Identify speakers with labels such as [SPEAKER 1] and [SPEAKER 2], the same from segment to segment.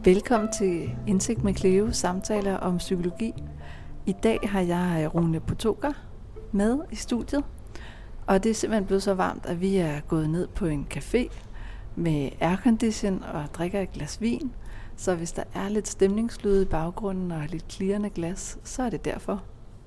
[SPEAKER 1] Velkommen til Indsigt med Cleo, samtaler om psykologi. I dag har jeg Rune Potoker med i studiet, og det er simpelthen blevet så varmt, at vi er gået ned på en café med aircondition og drikker et glas vin. Så hvis der er lidt stemningslyde i baggrunden og lidt klirrende glas, så er det derfor.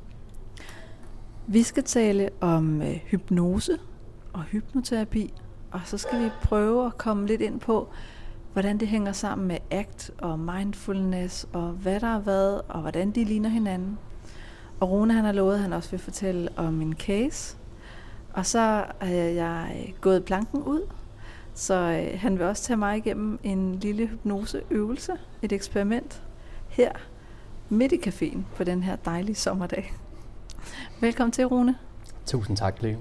[SPEAKER 1] Vi skal tale om hypnose og hypnoterapi, og så skal vi prøve at komme lidt ind på, hvordan det hænger sammen med ACT og mindfulness, og hvad der er hvad, og hvordan de ligner hinanden. Og Rune han har lovet, at han også vil fortælle om en case. Og så er jeg gået planken ud, så han vil også tage mig igennem en lille hypnoseøvelse, et eksperiment, her midt i caféen på den her dejlige sommerdag. Velkommen til, Rune.
[SPEAKER 2] Tusind tak, Leo.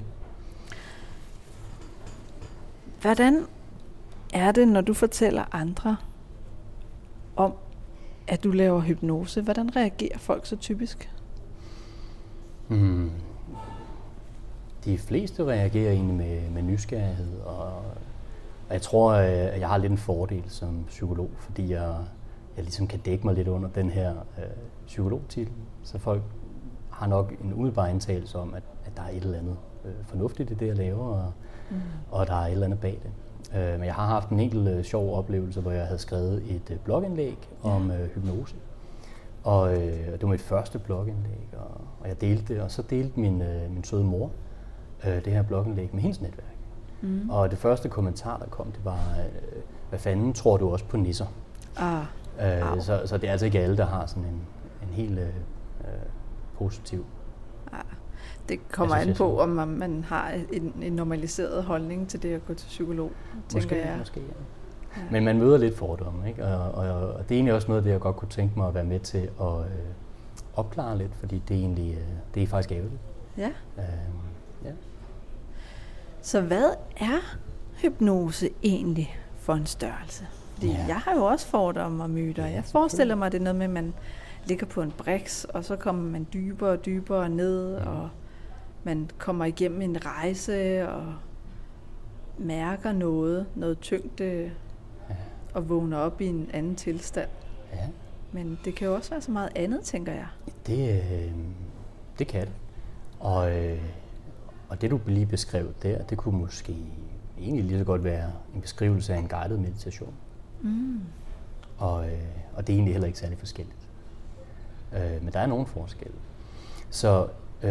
[SPEAKER 1] Hvordan er det, når du fortæller andre om, at du laver hypnose? Hvordan reagerer folk så typisk?
[SPEAKER 2] De fleste reagerer egentlig med nysgerrighed, og jeg tror, at jeg har lidt en fordel som psykolog, fordi jeg ligesom kan dække mig lidt under den her psykologtitel, så folk har nok en umiddelbar antagelse om, at der er et eller andet fornuftigt i det, jeg laver, og der er et eller andet bag det. Men jeg har haft en enkelt sjov oplevelse, hvor jeg havde skrevet et blogindlæg om hypnose. Og det var mit første blogindlæg, og jeg delte det, og så delte min søde mor det her blogindlæg med hendes netværk. Og det første kommentar, der kom, det var, hvad fanden tror du også på nisser? Så det er altså ikke alle, der har sådan en helt positiv.
[SPEAKER 1] Det kommer an på, om man har en normaliseret holdning til det at gå til psykolog, tænker jeg.
[SPEAKER 2] Måske, ja. Men man møder lidt fordomme, ikke? Og det er egentlig også noget af det, jeg godt kunne tænke mig at være med til at opklare lidt, fordi det er faktisk ærgerligt.
[SPEAKER 1] Ja.
[SPEAKER 2] Ja.
[SPEAKER 1] Så hvad er hypnose egentlig for en størrelse? Fordi jeg har jo også fordomme og myter. Jeg forestiller mig, at det er noget med, at man ligger på en briks, og så kommer man dybere og dybere ned, og man kommer igennem en rejse og mærker noget tyngde og vågner op i en anden tilstand.
[SPEAKER 2] Ja.
[SPEAKER 1] Men det kan jo også være så meget andet, tænker jeg.
[SPEAKER 2] Det kan det. Og det du lige beskrev der, det kunne måske egentlig lige så godt være en beskrivelse af en guided meditation. Og det er egentlig heller ikke særlig forskelligt. Men der er nogle forskelle. Så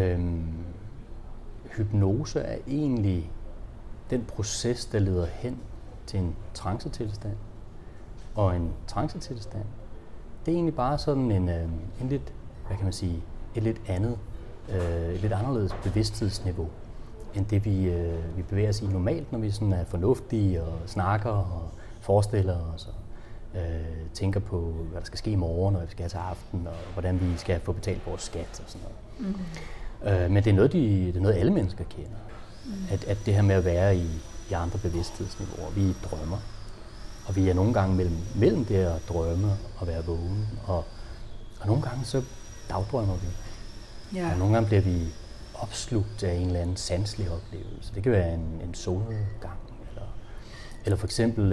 [SPEAKER 2] hypnose er egentlig den proces, der leder hen til en trancetilstand. Og en trancetilstand, det er egentlig bare sådan en lidt, hvad kan man sige, et lidt anderledes bevidsthedsniveau, end det vi bevæger os i normalt, når vi sådan er fornuftige og snakker og forestiller os og tænker på, hvad der skal ske i morgen, og hvad vi skal have til aften, og hvordan vi skal få betalt vores skat og sådan noget. Men det er noget alle mennesker kender. At det her med at være i andre bevidsthedsniveauer. Vi drømmer, og vi er nogle gange mellem det at drømme og være vågen, og nogle gange så dagdrømmer vi. Ja. Og nogle gange bliver vi opslugt af en eller anden sanselig oplevelse. Det kan være en solnedgang, eller for eksempel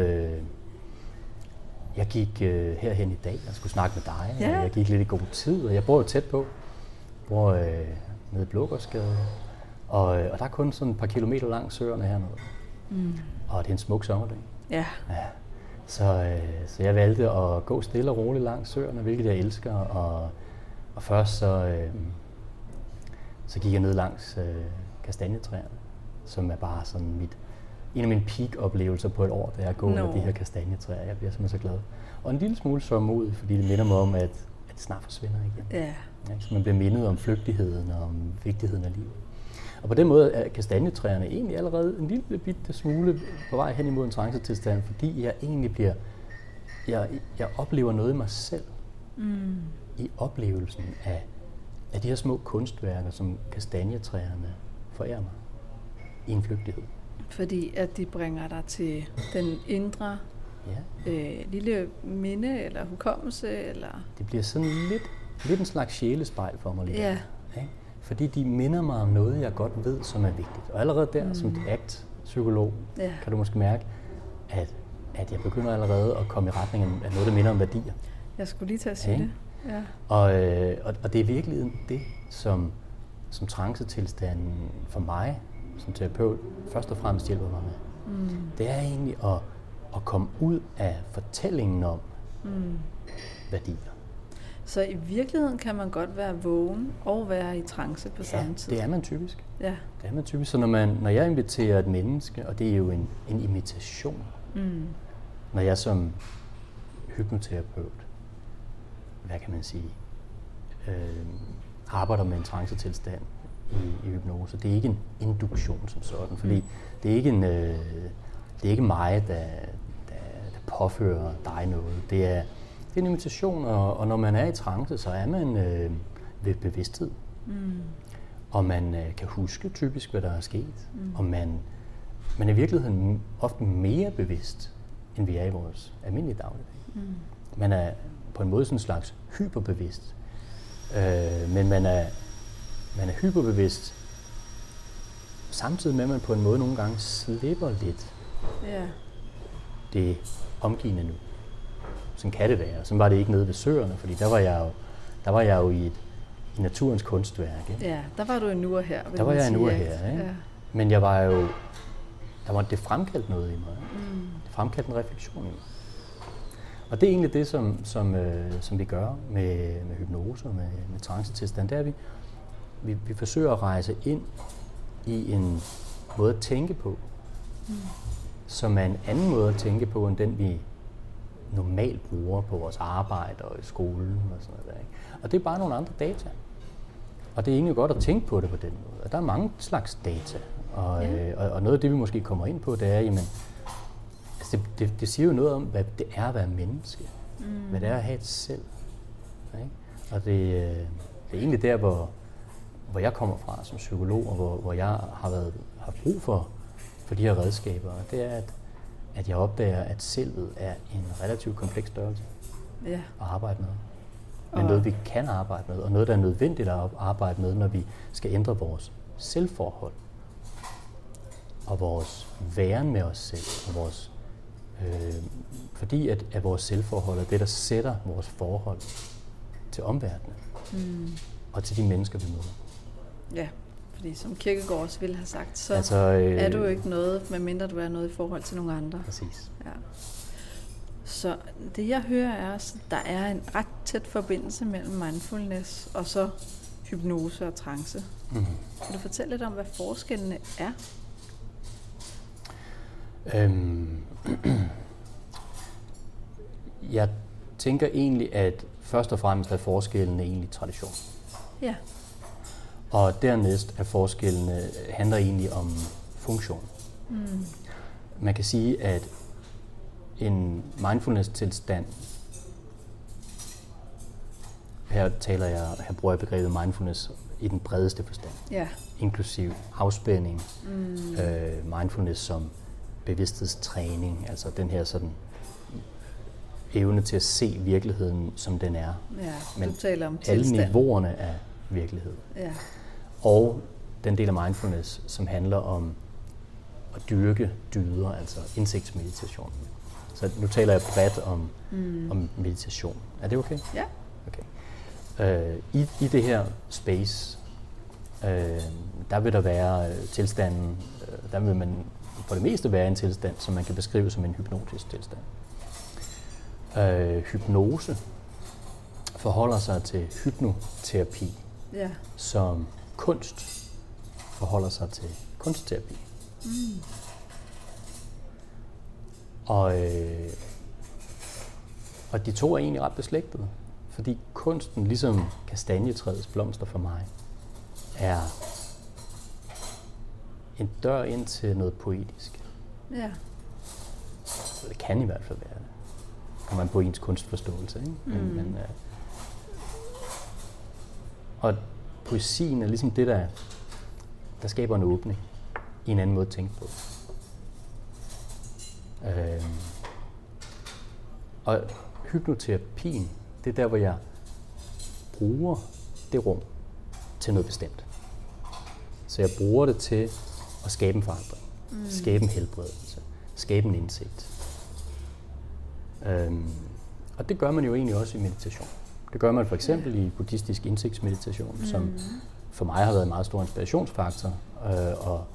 [SPEAKER 2] jeg gik herhen i dag og skulle snakke med dig, og jeg gik lidt i god tid, og jeg bor jo tæt på. Jeg bor nede i Blågårdsgade, og der er kun sådan et par kilometer langs søerne hernede. Og det er en smuk sommerdag. Ja. Så jeg valgte at gå stille og roligt langs søerne, hvilket jeg elsker, og først så gik jeg ned langs kastanjetræerne, som er bare sådan en af mine peak-oplevelser på et år, da jeg går med de her kastanjetræer. Jeg bliver simpelthen så glad. Og en lille smule sørgmodig, fordi det minder mig om, at det snart forsvinder igen. Ja, så man bliver mindet om flygtigheden og om vigtigheden af livet. Og på den måde er kastanjetræerne egentlig allerede en lille bitte smule på vej hen imod en trancetilstand, fordi jeg egentlig jeg oplever noget i mig selv. I oplevelsen af de her små kunstværker, som kastanjetræerne forærer mig i en flygtighed.
[SPEAKER 1] Fordi at de bringer dig til den indre lille minde eller hukommelse? Eller?
[SPEAKER 2] Det bliver sådan lidt en slags sjælespejl for mig lige. Fordi de minder mig om noget, jeg godt ved, som er vigtigt. Og allerede der, som ACT-psykolog, kan du måske mærke, at at jeg begynder allerede at komme i retning af noget, der minder om værdier.
[SPEAKER 1] Jeg skulle lige til at sige det. Ja.
[SPEAKER 2] Og det er virkelig det, som trancetilstanden for mig som terapeut først og fremmest hjælper mig med. Det er egentlig at komme ud af fortællingen om værdier.
[SPEAKER 1] Så i virkeligheden kan man godt være vågen og være i trance på samme tid?
[SPEAKER 2] Det er man typisk.
[SPEAKER 1] Ja.
[SPEAKER 2] Det er man typisk. Så når jeg inviterer et menneske, og det er jo en imitation, når jeg som hypnoterapeut, hvad kan man sige, arbejder med en trancetilstand i hypnose. Det er ikke en induktion som sådan, fordi det er ikke mig, der påfører dig noget. Det er en invitation, og når man er i trance, så er man ved bevidsthed. Og man kan huske typisk, hvad der er sket. Og man er i virkeligheden ofte mere bevidst, end vi er i vores almindelige dagligdag. Man er på en måde sådan en slags hyperbevidst. Men man er hyperbevidst, samtidig med, at man på en måde nogle gange slipper lidt det omgivende nu. Sådan kan det være. Sådan var det ikke nede ved søerne, fordi der var jeg jo i naturens kunstværk. Ikke?
[SPEAKER 1] Ja, der var du en nu og her.
[SPEAKER 2] Der var jeg en nu og her. Ikke? Ja. Men det fremkaldte noget i mig. Det fremkaldte en refleksion i mig. Og det er egentlig det, som vi gør med hypnose og med trancetilstand. Det er, at vi forsøger at rejse ind i en måde at tænke på, som er en anden måde at tænke på, end den vi normalt bruger på vores arbejde og i skolen og sådan noget der, ikke? Og det er bare nogle andre data. Og det er egentlig godt at tænke på det på den måde. Og der er mange slags data. Og noget af det, vi måske kommer ind på, det er, jamen, altså det siger jo noget om, hvad det er at være menneske. Hvad det er at have et selv. Ikke? Og det er egentlig der, hvor jeg kommer fra som psykolog, og hvor jeg har brug for de her redskaber. Det er, at jeg opdager, at selvet er en relativt kompleks størrelse at arbejde med. Men noget, vi kan arbejde med, og noget, der er nødvendigt at arbejde med, når vi skal ændre vores selvforhold. Og vores væren med os selv. Og vores, fordi at vores selvforhold er det, der sætter vores forhold til omverdenen. Og til de mennesker, vi møder.
[SPEAKER 1] Ja, fordi som Kierkegaard også ville have sagt, så er du ikke noget, medmindre du er noget i forhold til nogle andre.
[SPEAKER 2] Præcis.
[SPEAKER 1] Ja. Så det jeg hører er, at der er en ret tæt forbindelse mellem mindfulness og så hypnose og trance. Kan du fortælle lidt om, hvad forskellene er?
[SPEAKER 2] Jeg tænker egentlig, at først og fremmest er forskellene egentlig tradition.
[SPEAKER 1] Ja.
[SPEAKER 2] Og dernæst er forskellene handler egentlig om funktion. Man kan sige, at en mindfulness-tilstand, her bruger jeg begrebet mindfulness i den bredeste forstand, inklusiv afspænding, mindfulness som bevidsthedstræning, altså den her sådan evne til at se virkeligheden, som den er.
[SPEAKER 1] Ja,
[SPEAKER 2] men
[SPEAKER 1] du taler om
[SPEAKER 2] alle
[SPEAKER 1] tilstand.
[SPEAKER 2] niveauerne af virkelighed.
[SPEAKER 1] Ja.
[SPEAKER 2] Og den del af mindfulness, som handler om at dyrke dyder, altså indsigtsmeditation. Så nu taler jeg bredt om meditation. Er det okay?
[SPEAKER 1] Ja.
[SPEAKER 2] Okay. I det her space, der vil der være tilstanden, der vil man for det meste være en tilstand, som man kan beskrive som en hypnotisk tilstand. Hypnose forholder sig til hypnoterapi, som kunst forholder sig til kunstterapi. Og de to er egentlig ret beslægtede, fordi kunsten, ligesom kastanjetræets blomster for mig, er en dør ind til noget poetisk.
[SPEAKER 1] Ja.
[SPEAKER 2] Det kan i hvert fald være det. Kommer man på ens kunstforståelse, ikke? Men, og poesien er ligesom det, der skaber en åbning i en anden måde at tænke på. Og hypnoterapien, det er der, hvor jeg bruger det rum til noget bestemt. Så jeg bruger det til at skabe en forandring, skabe en helbredelse, skabe en indsigt. Og det gør man jo egentlig også i meditation. Det gør man for eksempel i buddhistisk indsigtsmeditation, som for mig har været en meget stor inspirationsfaktor, og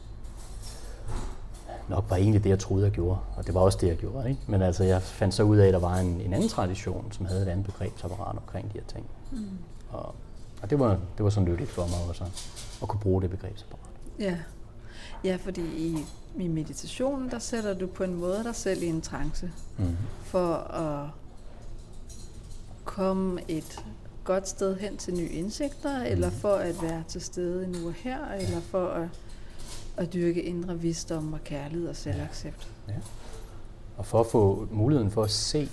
[SPEAKER 2] nok var egentlig det, jeg troede, jeg gjorde. Og det var også det, jeg gjorde. Ikke? Men altså, jeg fandt så ud af, at der var en anden tradition, som havde et andet begrebsapparat omkring de her ting. Og det var så nyttigt for mig også at kunne bruge det begrebsapparat.
[SPEAKER 1] Ja, fordi i meditationen, der sætter du på en måde dig selv i en trance, for at komme et godt sted hen til nye indsigter, eller for at være til stede nu og her, eller for at dyrke indre visdom og kærlighed og selvaccept.
[SPEAKER 2] Ja. Og for at få muligheden for at se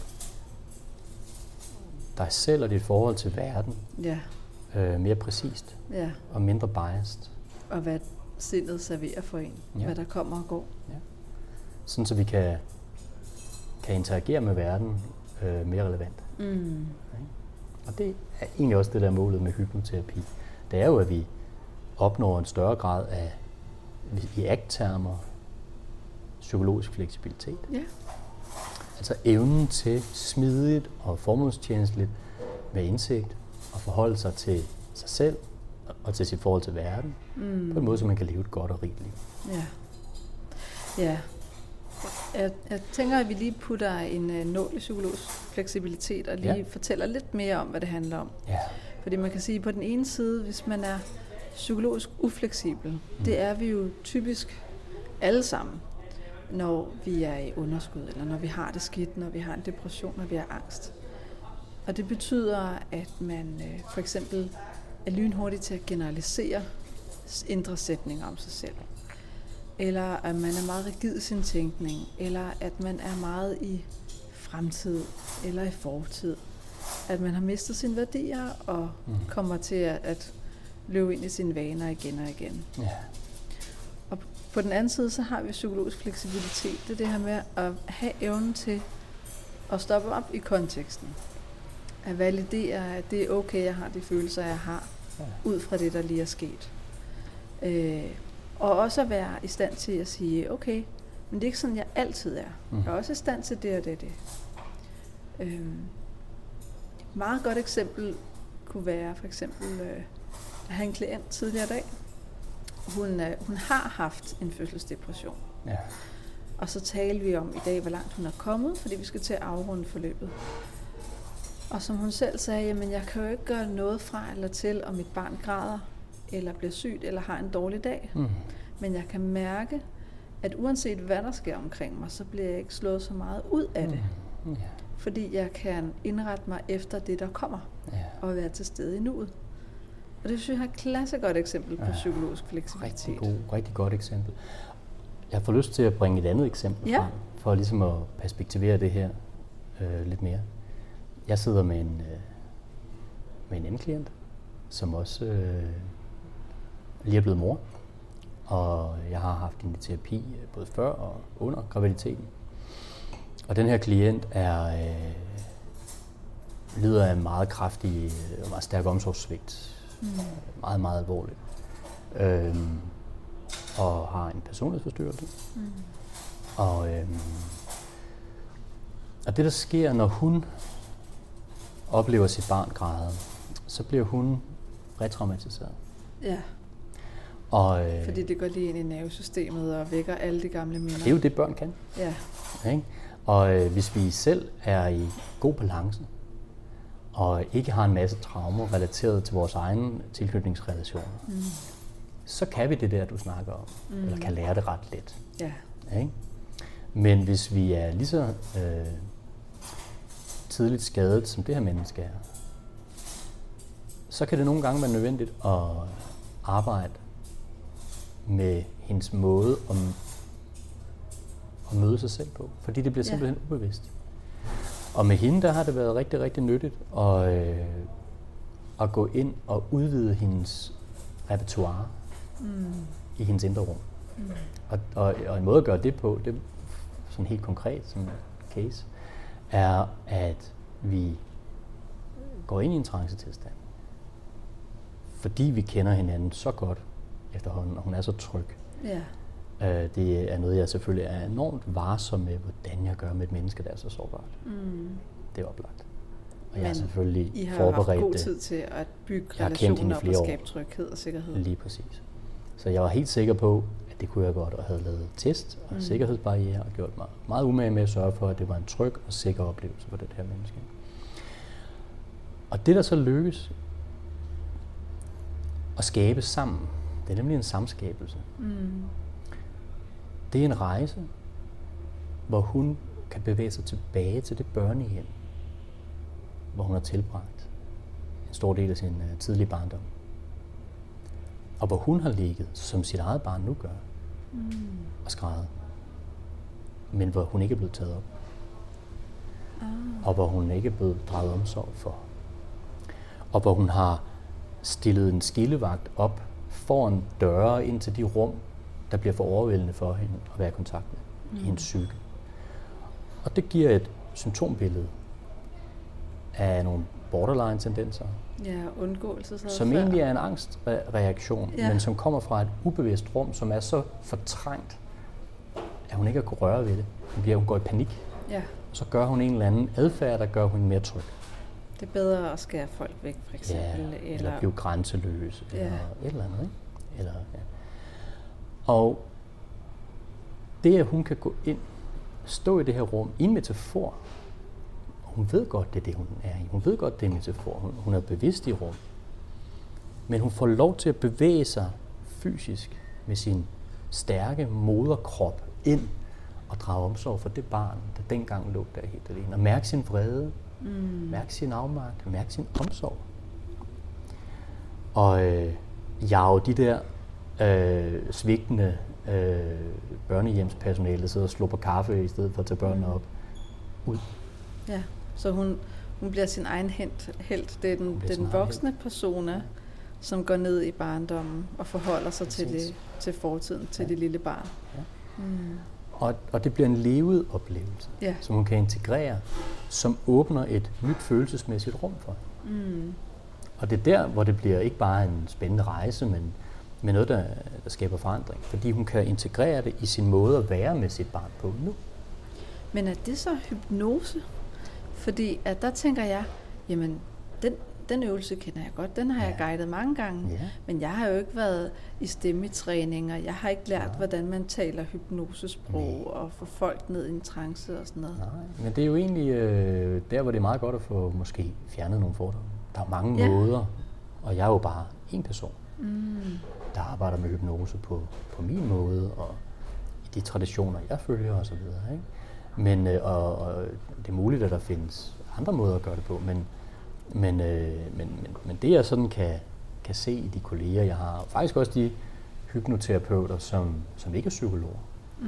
[SPEAKER 2] dig selv og dit forhold til verden mere præcist og mindre biased.
[SPEAKER 1] Og hvad sindet serverer for en, hvad der kommer og går.
[SPEAKER 2] Ja. Sådan så vi kan interagere med verden mere relevant. Og det er egentlig også det der målet med hypnoterapi. Det er jo, at vi opnår en større grad af, i ACT-termer, psykologisk fleksibilitet.
[SPEAKER 1] Ja.
[SPEAKER 2] Altså evnen til smidigt og formålstjenestligt med indsigt og forholde sig til sig selv og til sit forhold til verden på en måde, så man kan leve et godt og rigt liv.
[SPEAKER 1] Ja. Jeg tænker, at vi lige putter en nål i psykologisk fleksibilitet og lige fortæller lidt mere om, hvad det handler om.
[SPEAKER 2] Ja.
[SPEAKER 1] Fordi man kan sige, på den ene side, hvis man er psykologisk ufleksibel, det er vi jo typisk alle sammen, når vi er i underskud, eller når vi har det skidt, når vi har en depression, når vi har angst. Og det betyder, at man for eksempel er lynhurtig til at generalisere indre sætninger om sig selv. Eller at man er meget rigid i sin tænkning, eller at man er meget i fremtid eller i fortid. At man har mistet sine værdier og kommer til at løbe ind i sine vaner igen og igen.
[SPEAKER 2] Ja.
[SPEAKER 1] Og på den anden side, så har vi psykologisk fleksibilitet. Det er det her med at have evnen til at stoppe op i konteksten. At validere, at det er okay, jeg har de følelser, jeg har, ud fra det, der lige er sket. Og også at være i stand til at sige, okay, men det er ikke sådan, jeg altid er. Jeg er også i stand til det og det. Et meget godt eksempel kunne være for eksempel, at have en klient tidligere i dag. Hun har haft en fødselsdepression.
[SPEAKER 2] Ja.
[SPEAKER 1] Og så taler vi om i dag, hvor langt hun er kommet, fordi vi skal til at afrunde forløbet. Og som hun selv sagde, jamen jeg kan jo ikke gøre noget fra eller til, om mit barn græder, eller bliver sygt, eller har en dårlig dag. Men jeg kan mærke, at uanset hvad der sker omkring mig, så bliver jeg ikke slået så meget ud af det. Fordi jeg kan indrette mig efter det, der kommer, og være til stede i nuet. Og det synes jeg er et klassegodt eksempel på psykologisk fleksibilitet.
[SPEAKER 2] Rigtig godt eksempel. Jeg får lyst til at bringe et andet eksempel frem, for ligesom at perspektivere det her lidt mere. Jeg sidder med en anden klient, som også lige er blevet mor. Og jeg har haft en terapi både før og under graviditeten. Og den her klient lider af en meget kraftig og meget stærk omsorgssvigt. Meget, meget alvorligt. Og har en personlighedsforstyrrelse. Og det, der sker, når hun oplever sit barn græde, så bliver hun retraumatiseret.
[SPEAKER 1] Ja.
[SPEAKER 2] Og,
[SPEAKER 1] fordi det går lige ind i nervesystemet og vækker alle de gamle minder.
[SPEAKER 2] Det er jo det, børn kan.
[SPEAKER 1] Ja.
[SPEAKER 2] Ikke? Og hvis vi selv er i god balance, og ikke har en masse traumer relateret til vores egne tilknytningsrelationer, så kan vi det der, du snakker om, eller kan lære det ret let.
[SPEAKER 1] Ja.
[SPEAKER 2] Ikke? Men hvis vi er lige så tidligt skadet, som det her menneske er, så kan det nogle gange være nødvendigt at arbejde med hendes måde at møde sig selv på, fordi det bliver simpelthen ubevidst. Og med hende, der har det været rigtig, rigtig nyttigt at gå ind og udvide hendes repertoire i hendes indre rum. Og en måde at gøre det på, det sådan helt konkret som case, er at vi går ind i en trancetilstand, fordi vi kender hinanden så godt efterhånden, og hun er så tryg, Det er noget, jeg selvfølgelig er enormt varsom med, hvordan jeg gør med et menneske, der er så sårbart. Det er oplagt. Og jeg er selvfølgelig
[SPEAKER 1] I har
[SPEAKER 2] forberedt
[SPEAKER 1] haft god tid til at bygge relationer og skabe tryghed og sikkerhed.
[SPEAKER 2] Lige præcis. Så jeg var helt sikker på, at det kunne jeg godt, og havde lavet test og sikkerhedsbarriere, og gjort mig meget umage med at sørge for, at det var en tryg og sikker oplevelse for det her menneske. Og det, der så lykkes at skabe sammen, det er nemlig en samskabelse. Det er en rejse, hvor hun kan bevæge sig tilbage til det børnehjem, hvor hun har tilbragt en stor del af sin tidlige barndom. Og hvor hun har ligget, som sit eget barn nu gør, og skrædet. Men hvor hun ikke er blevet taget op. Og hvor hun ikke er blevet draget omsorg for. Og hvor hun har stillet en skillevagt op foran døre ind til de rum, der bliver for overvældende for hende at være i kontakt med i hendes psyke. Og det giver et symptombillede af nogle borderline-tendenser,
[SPEAKER 1] undgåelsesadfærd.
[SPEAKER 2] Som egentlig er en angstreaktion, men som kommer fra et ubevidst rum, som er så fortrængt, at hun ikke kan røre ved det. Hun går i panik.
[SPEAKER 1] Ja.
[SPEAKER 2] Og så gør hun en eller anden adfærd, der gør hun mere tryg.
[SPEAKER 1] Det er bedre at skære folk væk, for eksempel.
[SPEAKER 2] Ja, eller blive grænseløs, eller et eller andet. Ikke? Eller, Og det, at hun kan gå ind, stå i det her rum, i en metafor. Hun ved godt, det er det, hun er i. Hun ved godt, det er en metafor. Hun er bevidst i rum. Men hun får lov til at bevæge sig fysisk med sin stærke moderkrop ind og drage omsorg for det barn, der dengang lå der helt alene. Og mærke sin vrede, mærke sin afmagt, mærke sin omsorg. Og jage de der svigtende børnehjemspersonale, der sidder og slår på kaffe i stedet for at tage børnene op, ud.
[SPEAKER 1] Ja, så hun bliver sin egen helt. Det er den voksne persona, som går ned i barndommen og forholder sig til fortiden, til det lille barn. Ja.
[SPEAKER 2] Og det bliver en levet oplevelse, som hun kan integrere, som åbner et nyt følelsesmæssigt rum for hende. Og det er der, hvor det bliver ikke bare en spændende rejse, men noget, der skaber forandring. Fordi hun kan integrere det i sin måde at være med sit barn på nu.
[SPEAKER 1] Men er det så hypnose? Fordi at der tænker jeg, jamen den øvelse kender jeg godt, den har jeg guidet mange gange, men jeg har jo ikke været i stemmetræninger, jeg har ikke lært, hvordan man taler hypnosesprog og få folk ned i en trance og sådan noget.
[SPEAKER 2] Nej, men det er jo egentlig der, hvor det er meget godt at få måske fjernet nogle fordomme. Der er mange måder, og jeg er jo bare en person, der arbejder med hypnose på min måde, og i de traditioner, jeg følger osv. Men og det er muligt, at der findes andre måder at gøre det på, men det jeg sådan kan se i de kolleger, jeg har, faktisk også de hypnoterapeuter, som ikke er psykologer,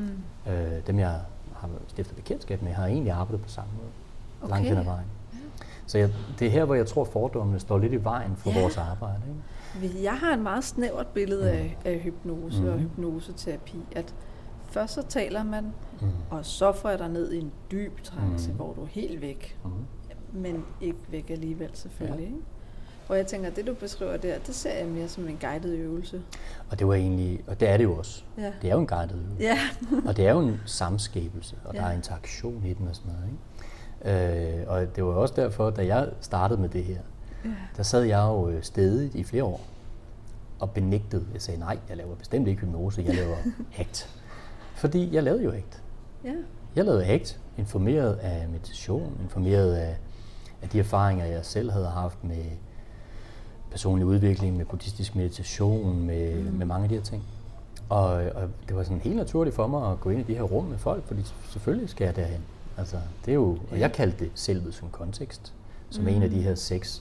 [SPEAKER 2] dem jeg har stiftet bekendtskab med, har egentlig arbejdet på samme måde, langt hen ad vejen. Så det er her, hvor jeg tror, fordommene står lidt i vejen for vores arbejde. Ikke?
[SPEAKER 1] Jeg har et meget snævert billede af hypnose og hypnoseterapi, at først så taler man, og så får jeg dig ned i en dyb trance, hvor du er helt væk, men ikke væk alligevel selvfølgelig. Ikke? Og jeg tænker, at det du beskriver der, det ser jeg mere som en guided øvelse.
[SPEAKER 2] Og det var egentlig, og det er det jo også. Ja. Det er jo en guided øvelse. Ja. Og det er jo en samskabelse, og der er interaktion i den og sådan noget. Ikke? Og det var også derfor, da jeg startede med det her, der sad jeg jo stedigt i flere år og benægtede. Jeg sagde, nej, jeg laver bestemt ikke hypnose, jeg laver ACT. Fordi jeg lavede jo ACT. Ja. Jeg lavede ACT, informeret af meditation, informeret af de erfaringer, jeg selv havde haft med personlig udvikling, med buddhistisk meditation, med mange af de her ting. Og det var sådan helt naturligt for mig at gå ind i de her rum med folk, fordi selvfølgelig skal jeg derhen. Altså, det er jo, og jeg kaldte det selvet som kontekst, som en af de her 6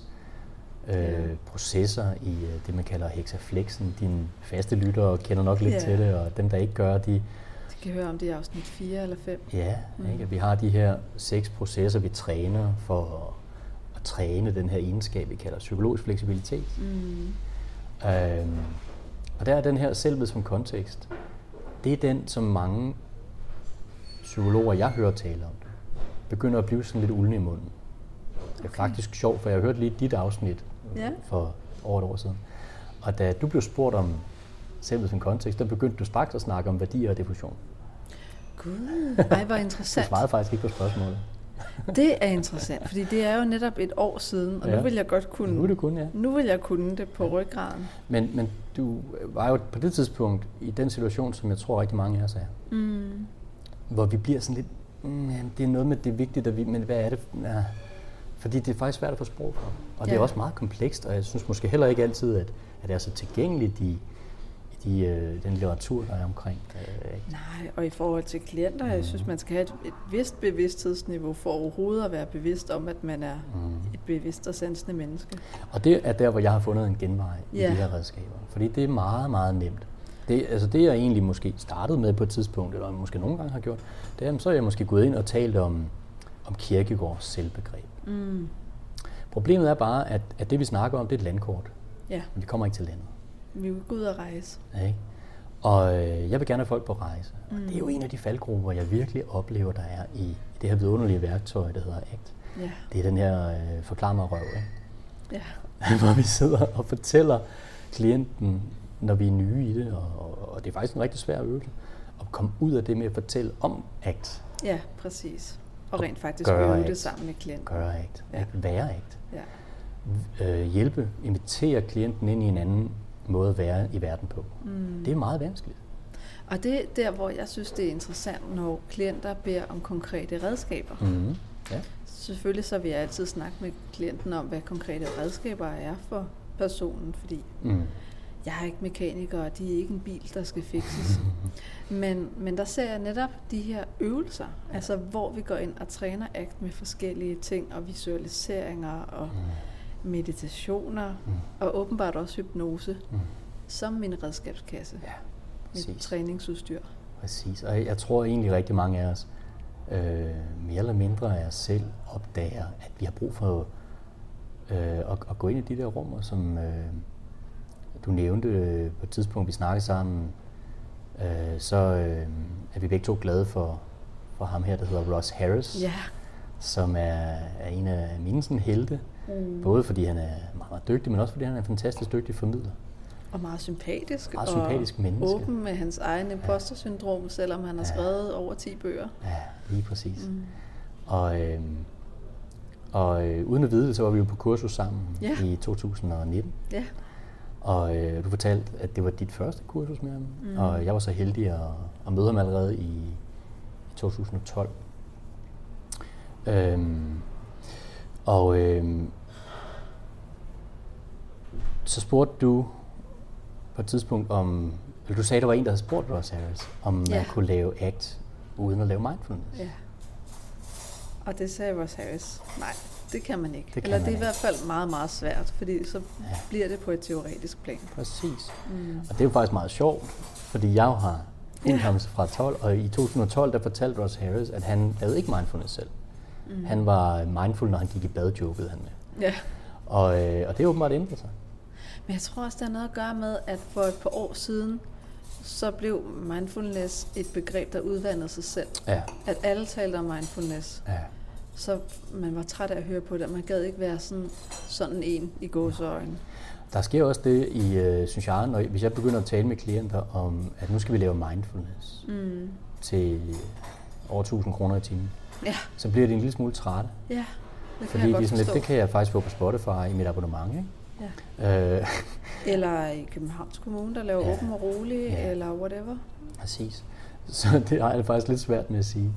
[SPEAKER 2] processer i det, man kalder hexaflexen. Dine faste lyttere kender nok lidt til det, og dem, der ikke gør, de
[SPEAKER 1] kan høre om det er afsnit 4 eller 5.
[SPEAKER 2] Ja, ikke? Vi har de her 6 processer, vi træner for at træne den her egenskab, vi kalder psykologisk fleksibilitet. Og der er den her selvet som kontekst. Det er den, som mange psykologer, jeg hører tale om det, begynder at blive sådan lidt ulden i munden. Det er faktisk sjovt, for jeg hørte lige dit afsnit for over et år siden. Og da du blev spurgt om selv sin kontekst, der begyndte du straks at snakke om værdier og diffusion.
[SPEAKER 1] Gud, ej, hvor interessant.
[SPEAKER 2] Du svarede faktisk ikke på spørgsmålet.
[SPEAKER 1] Det er interessant, fordi det er jo netop et år siden, og nu vil jeg godt kunne. Nu vil jeg kunne det på ryggraden.
[SPEAKER 2] Men du var jo på det tidspunkt i den situation, som jeg tror rigtig mange af os er. Hvor vi bliver sådan lidt, det er noget med det vigtige, men hvad er det? Ja. Fordi det er faktisk svært at få sprog for. Og det er også meget komplekst, og jeg synes måske heller ikke altid, at det er så tilgængeligt i den litteratur, der er omkring.
[SPEAKER 1] Nej, og i forhold til klienter, jeg synes, man skal have et vist bevidsthedsniveau for overhovedet at være bevidst om, at man er et bevidst og sansende menneske.
[SPEAKER 2] Og det er der, hvor jeg har fundet en genvej i de her redskaber. Fordi det er meget, meget nemt. Det jeg egentlig måske startede med på et tidspunkt, eller måske nogle gange har gjort, det er, så er jeg måske gået ind og talt om Kierkegaards selvbegreb. Problemet er bare, at det vi snakker om, det er et landkort. Ja. Men vi kommer ikke til landet.
[SPEAKER 1] Vi vil gå ud og rejse.
[SPEAKER 2] Ja, ikke? Og jeg vil gerne have folk på rejse. Og det er jo en af de faldgrupper, jeg virkelig oplever, der er i det her vidunderlige værktøj, der hedder ACT. Ja. Det er den her forklar mig røv, ikke? Ja. Hvor vi sidder og fortæller klienten, når vi er nye i det, og det er faktisk en rigtig svær øvelse, at komme ud af det med at fortælle om ACT.
[SPEAKER 1] Ja, præcis. Og rent faktisk øve det sammen med klienten.
[SPEAKER 2] Gøre ACT. Ja. Være ACT. Ja. Hjælpe, invitere klienten ind i en anden måde at være i verden på. Det er meget vanskeligt.
[SPEAKER 1] Og det er der, hvor jeg synes, det er interessant, når klienter beder om konkrete redskaber. Ja. Selvfølgelig så vil jeg altid snakke med klienten om, hvad konkrete redskaber er for personen, fordi jeg er ikke mekaniker, og de er ikke en bil, der skal fikses. Men der ser jeg netop de her øvelser, altså hvor vi går ind og træner ACT med forskellige ting, og visualiseringer, og meditationer, og åbenbart også hypnose, som min redskabskasse. Ja, mit træningsudstyr.
[SPEAKER 2] Præcis, og jeg tror egentlig rigtig mange af os, mere eller mindre af os selv, opdager, at vi har brug for at gå ind i de der rummer, som du nævnte på et tidspunkt, vi snakkede sammen, så er vi begge to glade for ham her, der hedder Russ Harris, som er en af mine sådan helte, både fordi han er meget, meget dygtig, men også fordi han er en fantastisk dygtig formidler.
[SPEAKER 1] Og meget sympatisk.
[SPEAKER 2] Meget sympatisk menneske.
[SPEAKER 1] Åben med hans egen impostersyndrom, selvom han har skrevet over 10 bøger.
[SPEAKER 2] Ja, lige præcis. Og uden at vide det, så var vi jo på kursus sammen i 2019. Ja. Og du fortalte, at det var dit første kursus med ham, og jeg var så heldig at møde ham allerede i 2012. Så spurgte du på et tidspunkt om, eller du sagde, der var en, der havde spurgt Russ Harris, om man kunne lave ACT uden at lave mindfulness. Ja.
[SPEAKER 1] Og det sagde Russ Harris, nej, det kan man ikke. Det er i hvert fald meget, meget svært, fordi så bliver det på et teoretisk plan.
[SPEAKER 2] Præcis. Og det er jo faktisk meget sjovt, fordi jeg har fulgt ham fra 12, og i 2012, der fortalte Russ Harris, at han lavede ikke mindfulness selv. Han var mindful, når han gik i bad, jokede han med. Ja. Og det er åbenbart ændret sig.
[SPEAKER 1] Men jeg tror også, der er noget at gøre med, at for et par år siden, så blev mindfulness et begreb, der udvandede sig selv. Ja. At alle talte om mindfulness. Ja. Så man var træt af at høre på det, man gad ikke være sådan en i gåseøjne.
[SPEAKER 2] Der sker også det, synes jeg, hvis jeg begynder at tale med klienter om, at nu skal vi lave mindfulness til over 1000 kroner i timen, så bliver de en lille smule trætte. Ja, det kan jeg godt forstå. Det kan jeg faktisk få på Spotify i mit abonnement, ikke? Ja.
[SPEAKER 1] Eller i Københavns Kommune, der laver åben og rolig, eller whatever.
[SPEAKER 2] Præcis. Så det har jeg faktisk lidt svært med at sige.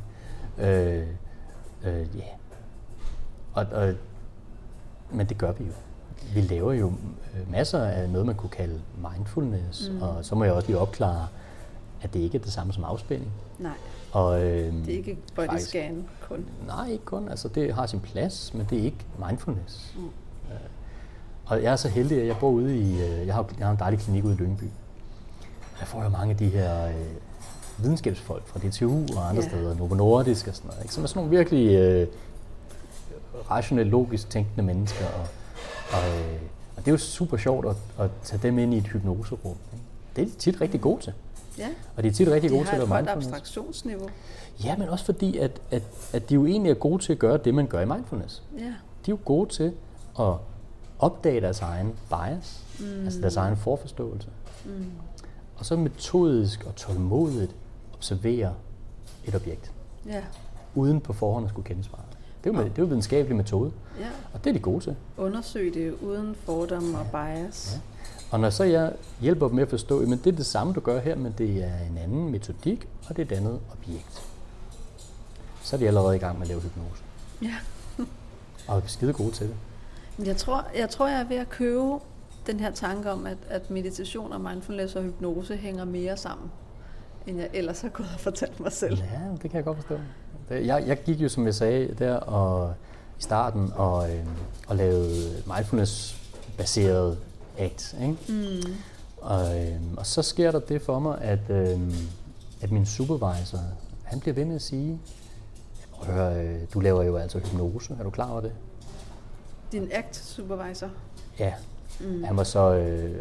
[SPEAKER 2] Men det gør vi jo. Vi laver jo masser af noget, man kunne kalde mindfulness, og så må jeg også lige opklare, at det ikke er det samme som afspænding. Nej, det er ikke body scan kun. Nej, ikke kun. Altså, det har sin plads, men det er ikke mindfulness. Og jeg er så heldig, at jeg bor ude i, jeg har en dejlig klinik ude i Lyngby. Jeg får jo mange af de her videnskabsfolk fra DTU og andre steder, Novo Nordisk og sådan noget, ikke? Som er sådan nogle virkelig rationelt, logisk tænkende mennesker. Og det er jo super sjovt at tage dem ind i et hypnoserum. Ikke? Det er de tit rigtig gode til. Ja. Og de er tit rigtig gode til at lave mindfulness. De har et højt abstraktionsniveau. Ja, men også fordi, at de jo egentlig er gode til at gøre det, man gør i mindfulness. Ja. De er jo gode til at opdage deres egen bias, altså deres egen forforståelse. og så metodisk og tålmodigt observere et objekt.
[SPEAKER 1] Ja.
[SPEAKER 2] Uden på forhånd at skulle kende svaret. Det er jo en videnskabelig metode,
[SPEAKER 1] Ja.
[SPEAKER 2] og det er de gode til.
[SPEAKER 1] Undersøg det uden fordomme og bias.
[SPEAKER 2] Ja. Og når så jeg hjælper dem med at forstå, men det er det samme, du gør her, men det er en anden metodik, og det er et andet objekt. Så er de allerede i gang med at lave hypnose.
[SPEAKER 1] Ja.
[SPEAKER 2] Og er skide gode til det.
[SPEAKER 1] Jeg tror, jeg er ved at købe den her tanke om, at meditation og mindfulness og hypnose hænger mere sammen, end jeg ellers har gået og fortalt mig selv.
[SPEAKER 2] Ja, det kan jeg godt forstå. Jeg gik jo, som jeg sagde, der og i starten og lavede mindfulness-baseret act. Ikke?
[SPEAKER 1] Mm.
[SPEAKER 2] Og så sker der det for mig, at min supervisor, han bliver ved med at sige, hør, du laver jo altså hypnose, er du klar over det?
[SPEAKER 1] Din act supervisor?
[SPEAKER 2] Ja, han var så,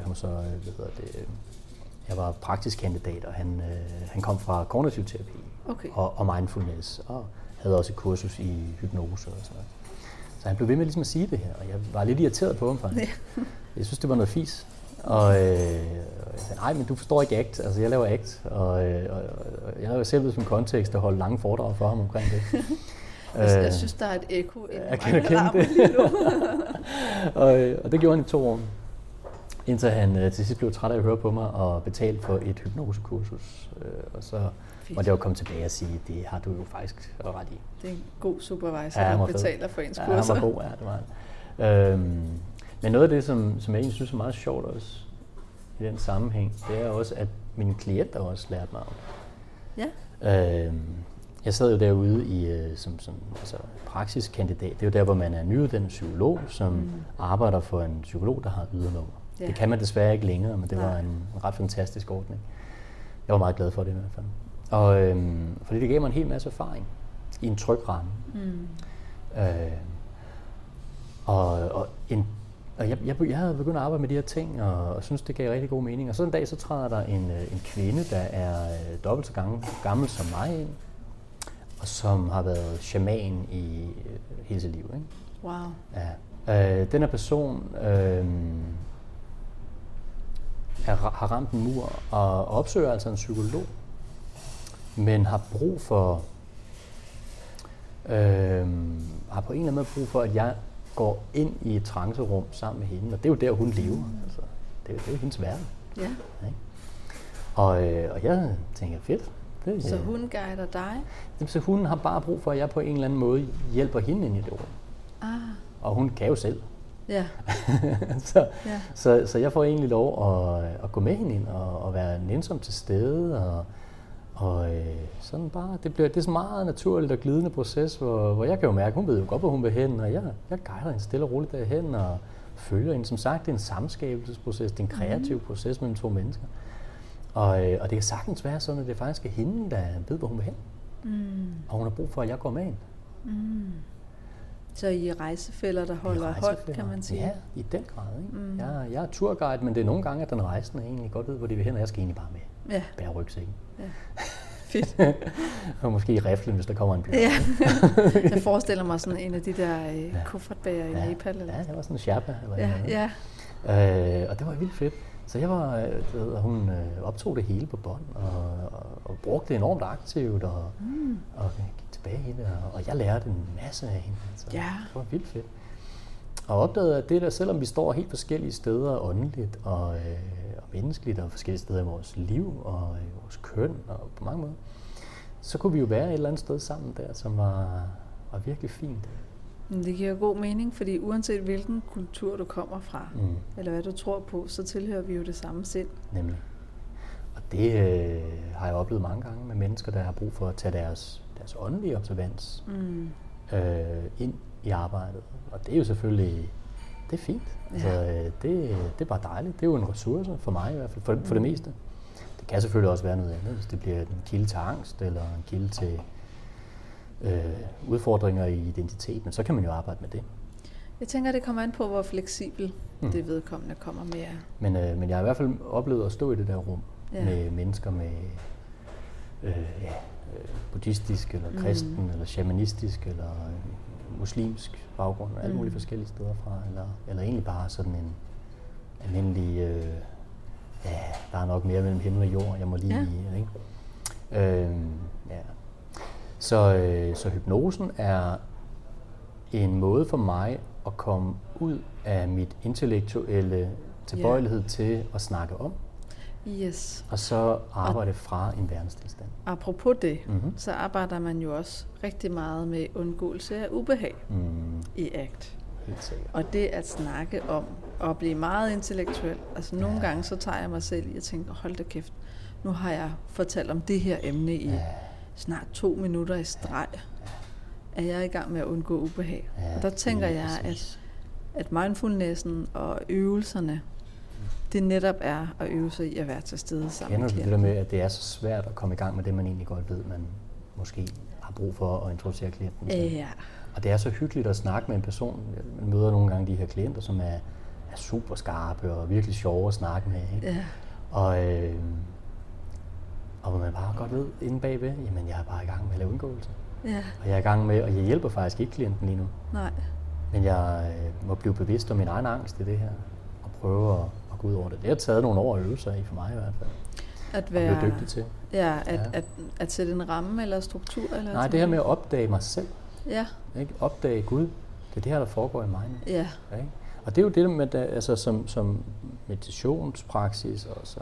[SPEAKER 2] jeg var praktisk kandidat, og han kom fra kognitiv terapi og mindfulness, og havde også et kursus i hypnose og sådan noget. Så han blev ved med ligesom at sige det her, og jeg var lidt irriteret på ham faktisk. Ja. Jeg synes, det var noget fis. Og jeg sagde, nej, men du forstår ikke ACT, altså jeg laver ACT, og jeg laver selv som kontekst at holde lange foredrag for ham omkring det.
[SPEAKER 1] Jeg synes, der er et ekko i
[SPEAKER 2] det. Og det gjorde han i 2 år, indtil han til sidst blev træt af at høre på mig og betalte for et hypnosekursus. Og så måtte jeg jo komme tilbage og sige, det har du jo faktisk ret i.
[SPEAKER 1] Det er en god supervisor, der betaler for ens kurser.
[SPEAKER 2] Ja, han var god, ja, det var han. Men noget af det, som jeg egentlig synes er meget sjovt også i den sammenhæng, det er også, at mine klienter også lærte mig om.
[SPEAKER 1] Ja.
[SPEAKER 2] Jeg sad jo derude i, som praksiskandidat. Det er jo der, hvor man er nyuddannet psykolog, som arbejder for en psykolog, der har ydernummer. Ja. Det kan man desværre ikke længere, men det var en ret fantastisk ordning. Jeg var meget glad for det i hvert fald. Og fordi det gav mig en hel masse erfaring i en tryg ramme. Og jeg havde begyndt at arbejde med de her ting, og synes, det gav rigtig god mening. Og så en dag, så træder der en kvinde, der er dobbelt så gammel som mig ind, og som har været shaman i hele sit liv. Ikke?
[SPEAKER 1] Wow.
[SPEAKER 2] Ja. Den her person har ramt en mur og opsøger altså en psykolog, men har brug for, har på en eller anden måde brug for, at jeg går ind i et trancerum sammen med hende, og det er jo der, hun lever. Altså, det er jo hendes verden.
[SPEAKER 1] Ja.
[SPEAKER 2] Ikke? Og jeg tænker, fedt.
[SPEAKER 1] Så hun guider dig?
[SPEAKER 2] Så hun har bare brug for, at jeg på en eller anden måde hjælper hende ind i det rum. Og hun kan jo selv.
[SPEAKER 1] Ja.
[SPEAKER 2] Så jeg får egentlig lov at gå med hende ind og være nænsom til stede. Og sådan bare, det er sådan meget naturligt og glidende proces, hvor jeg kan jo mærke, hun ved jo godt, hvor hun vil hen, og jeg guider hende stille og roligt derhen og følger hende. Som sagt, det er en samskabelsesproces, det er en kreativ proces mellem 2 mennesker. Og det kan sagtens være sådan, at det faktisk er hende, der ved, hvor hun vil hen. Og hun har brug for, at jeg går med hende.
[SPEAKER 1] Så I er rejsefæller, der holder hold, kan man sige?
[SPEAKER 2] Ja, i den grad. Ikke? Jeg er turguide, men det er nogle gange, at den rejsende egentlig godt ved, hvor de vil hen, og jeg skal egentlig bare med.
[SPEAKER 1] Ja.
[SPEAKER 2] Bære rygsækken.
[SPEAKER 1] Ja. Fedt.
[SPEAKER 2] Og måske i riflen, hvis der kommer en bjørn.
[SPEAKER 1] Ja. Jeg forestiller mig sådan en af de der kuffertbager i Nepal. Eller
[SPEAKER 2] det var sådan en sherpa.
[SPEAKER 1] Ja.
[SPEAKER 2] Og det var vildt fedt. Så hun optog det hele på bånd, og brugte det enormt aktivt, og gik tilbage i det, og jeg lærte en masse af hende. Så det var vildt fedt. Og opdagede, at det der, selvom vi står helt forskellige steder åndeligt og menneskeligt, og forskellige steder i vores liv og i vores køn, og på mange måder, så kunne vi jo være et eller andet sted sammen der, som var virkelig fint.
[SPEAKER 1] Det giver god mening, fordi uanset hvilken kultur du kommer fra, eller hvad du tror på, så tilhører vi jo det samme sind.
[SPEAKER 2] Nemlig. Og det har jeg oplevet mange gange med mennesker, der har brug for at tage deres åndelige observans ind i arbejdet. Og det er jo selvfølgelig, det er fint. Ja. Altså, det er bare dejligt. Det er jo en ressource for mig i hvert fald, for det meste. Det kan selvfølgelig også være noget andet, hvis det bliver en kilde til angst, eller en kilde til udfordringer i identitet, men så kan man jo arbejde med det.
[SPEAKER 1] Jeg tænker, det kommer an på, hvor fleksibel det vedkommende kommer med.
[SPEAKER 2] Men jeg har i hvert fald oplevet at stå i det der rum med mennesker med buddhistisk, eller kristen, eller shamanistisk, eller muslimsk baggrund, og alle mulige forskellige steder fra, eller egentlig bare sådan en almindelig ja, der er nok mere mellem himmel og jord, jeg må lige... Ikke? Ja. Så hypnosen er en måde for mig at komme ud af mit intellektuelle tilbøjelighed til at snakke om.
[SPEAKER 1] Yes.
[SPEAKER 2] Og så arbejde fra en verdenstilstand.
[SPEAKER 1] Apropos det, så arbejder man jo også rigtig meget med undgåelse af ubehag i ACT.
[SPEAKER 2] Helt sikkert.
[SPEAKER 1] Og det at snakke om at blive meget intellektuel. Altså nogle gange så tager jeg mig selv i at tænke, hold da kæft, nu har jeg fortalt om det her emne i snart 2 minutter i streg. Er jeg i gang med at undgå ubehag? Og der tænker jeg, at mindfulnessen og øvelserne, det netop er at øve sig i at være til stede sammen med klienten.
[SPEAKER 2] Kender du det der med, at det er så svært at komme i gang med det, man egentlig godt ved, man måske har brug for at introducere klienten til?
[SPEAKER 1] Ja.
[SPEAKER 2] Og det er så hyggeligt at snakke med en person. Man møder nogle gange de her klienter, som er super skarpe og virkelig sjove at snakke med. Ikke?
[SPEAKER 1] Ja.
[SPEAKER 2] Og hvor man bare godt ved inde bagved, jamen jeg er bare i gang med at lave undgåelse.
[SPEAKER 1] Ja.
[SPEAKER 2] Og jeg er i gang med, og jeg hjælper faktisk ikke klienten lige nu.
[SPEAKER 1] Nej.
[SPEAKER 2] Men jeg må blive bevidst om min egen angst i det her, og prøve at gå ud over det. Det har taget nogle år at øve sig i, for mig i hvert fald.
[SPEAKER 1] At være...
[SPEAKER 2] Og blive dygtig til.
[SPEAKER 1] Ja, at sætte en ramme eller struktur? Eller
[SPEAKER 2] nej, det her med at opdage mig selv.
[SPEAKER 1] Ja.
[SPEAKER 2] Ikke? Opdage Gud. Det er det her, der foregår i mig nu.
[SPEAKER 1] Ja.
[SPEAKER 2] Ikke? Og det er jo det med, altså som meditationspraksis og som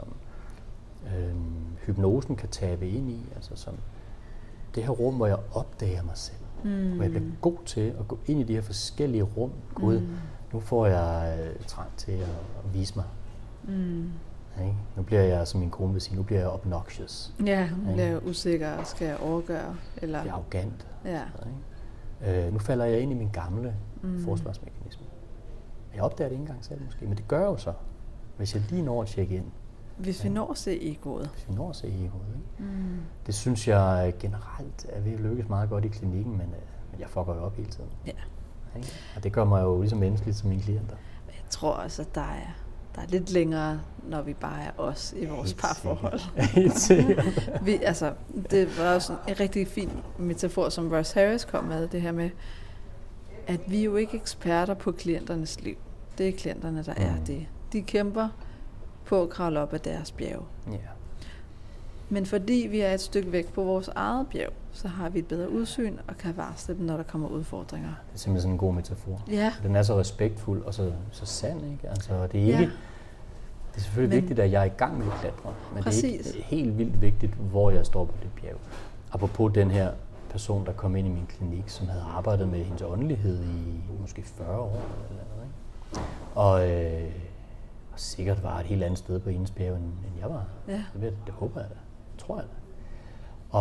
[SPEAKER 2] hypnosen kan tabe ind i, altså som det her rum, hvor jeg opdager mig selv. Hvor jeg bliver god til at gå ind i de her forskellige rum. Gud, nu får jeg trang til at vise mig. Ikke? Nu bliver jeg, som min kone vil sige, nu bliver jeg obnoxious.
[SPEAKER 1] Ja, nu bliver jeg usikker og skal overgøre. Eller...
[SPEAKER 2] Jeg er arrogant.
[SPEAKER 1] Ja.
[SPEAKER 2] Ikke? Nu falder jeg ind i min gamle forsvarsmekanisme. Jeg opdager det ikke engang selv måske, men det gør jeg jo så, hvis jeg lige når at tjekke ind.
[SPEAKER 1] Hvis vi når at se egoet.
[SPEAKER 2] Hvis vi når at se egoet. Ikke? Det synes jeg generelt er ved at lykkes meget godt i klinikken, men jeg fucker jo op hele tiden.
[SPEAKER 1] Ja.
[SPEAKER 2] Ikke? Og det gør mig jo lige så menneskeligt som mine klienter.
[SPEAKER 1] Men jeg tror også, at der er lidt længere, når vi bare er os i vores parforhold.
[SPEAKER 2] Helt sikkert.
[SPEAKER 1] Det var jo sådan en rigtig fin metafor, som Russ Harris kom med, det her med, at vi er jo ikke eksperter på klienternes liv. Det er klienterne, der er det. De kæmper på at kravle op ad deres bjerg.
[SPEAKER 2] Yeah.
[SPEAKER 1] Men fordi vi er et stykke væk på vores eget bjerg, så har vi et bedre udsyn og kan varsle dem, når der kommer udfordringer.
[SPEAKER 2] Det er simpelthen sådan en god metafor.
[SPEAKER 1] Ja.
[SPEAKER 2] Den er så respektfuld og så sand, ikke? Altså, det er ikke... Det er selvfølgelig vigtigt, at jeg er i gang med at klatre, men
[SPEAKER 1] præcis.
[SPEAKER 2] Det er ikke helt vildt vigtigt, hvor jeg står på det bjerg. Apropos den her person, der kom ind i min klinik, som havde arbejdet med hendes åndelighed i måske 40 år eller noget, ikke? Og sikkert var et helt andet sted på hendes bjerg, end jeg var.
[SPEAKER 1] Ja.
[SPEAKER 2] Det håber jeg da. Tror jeg da.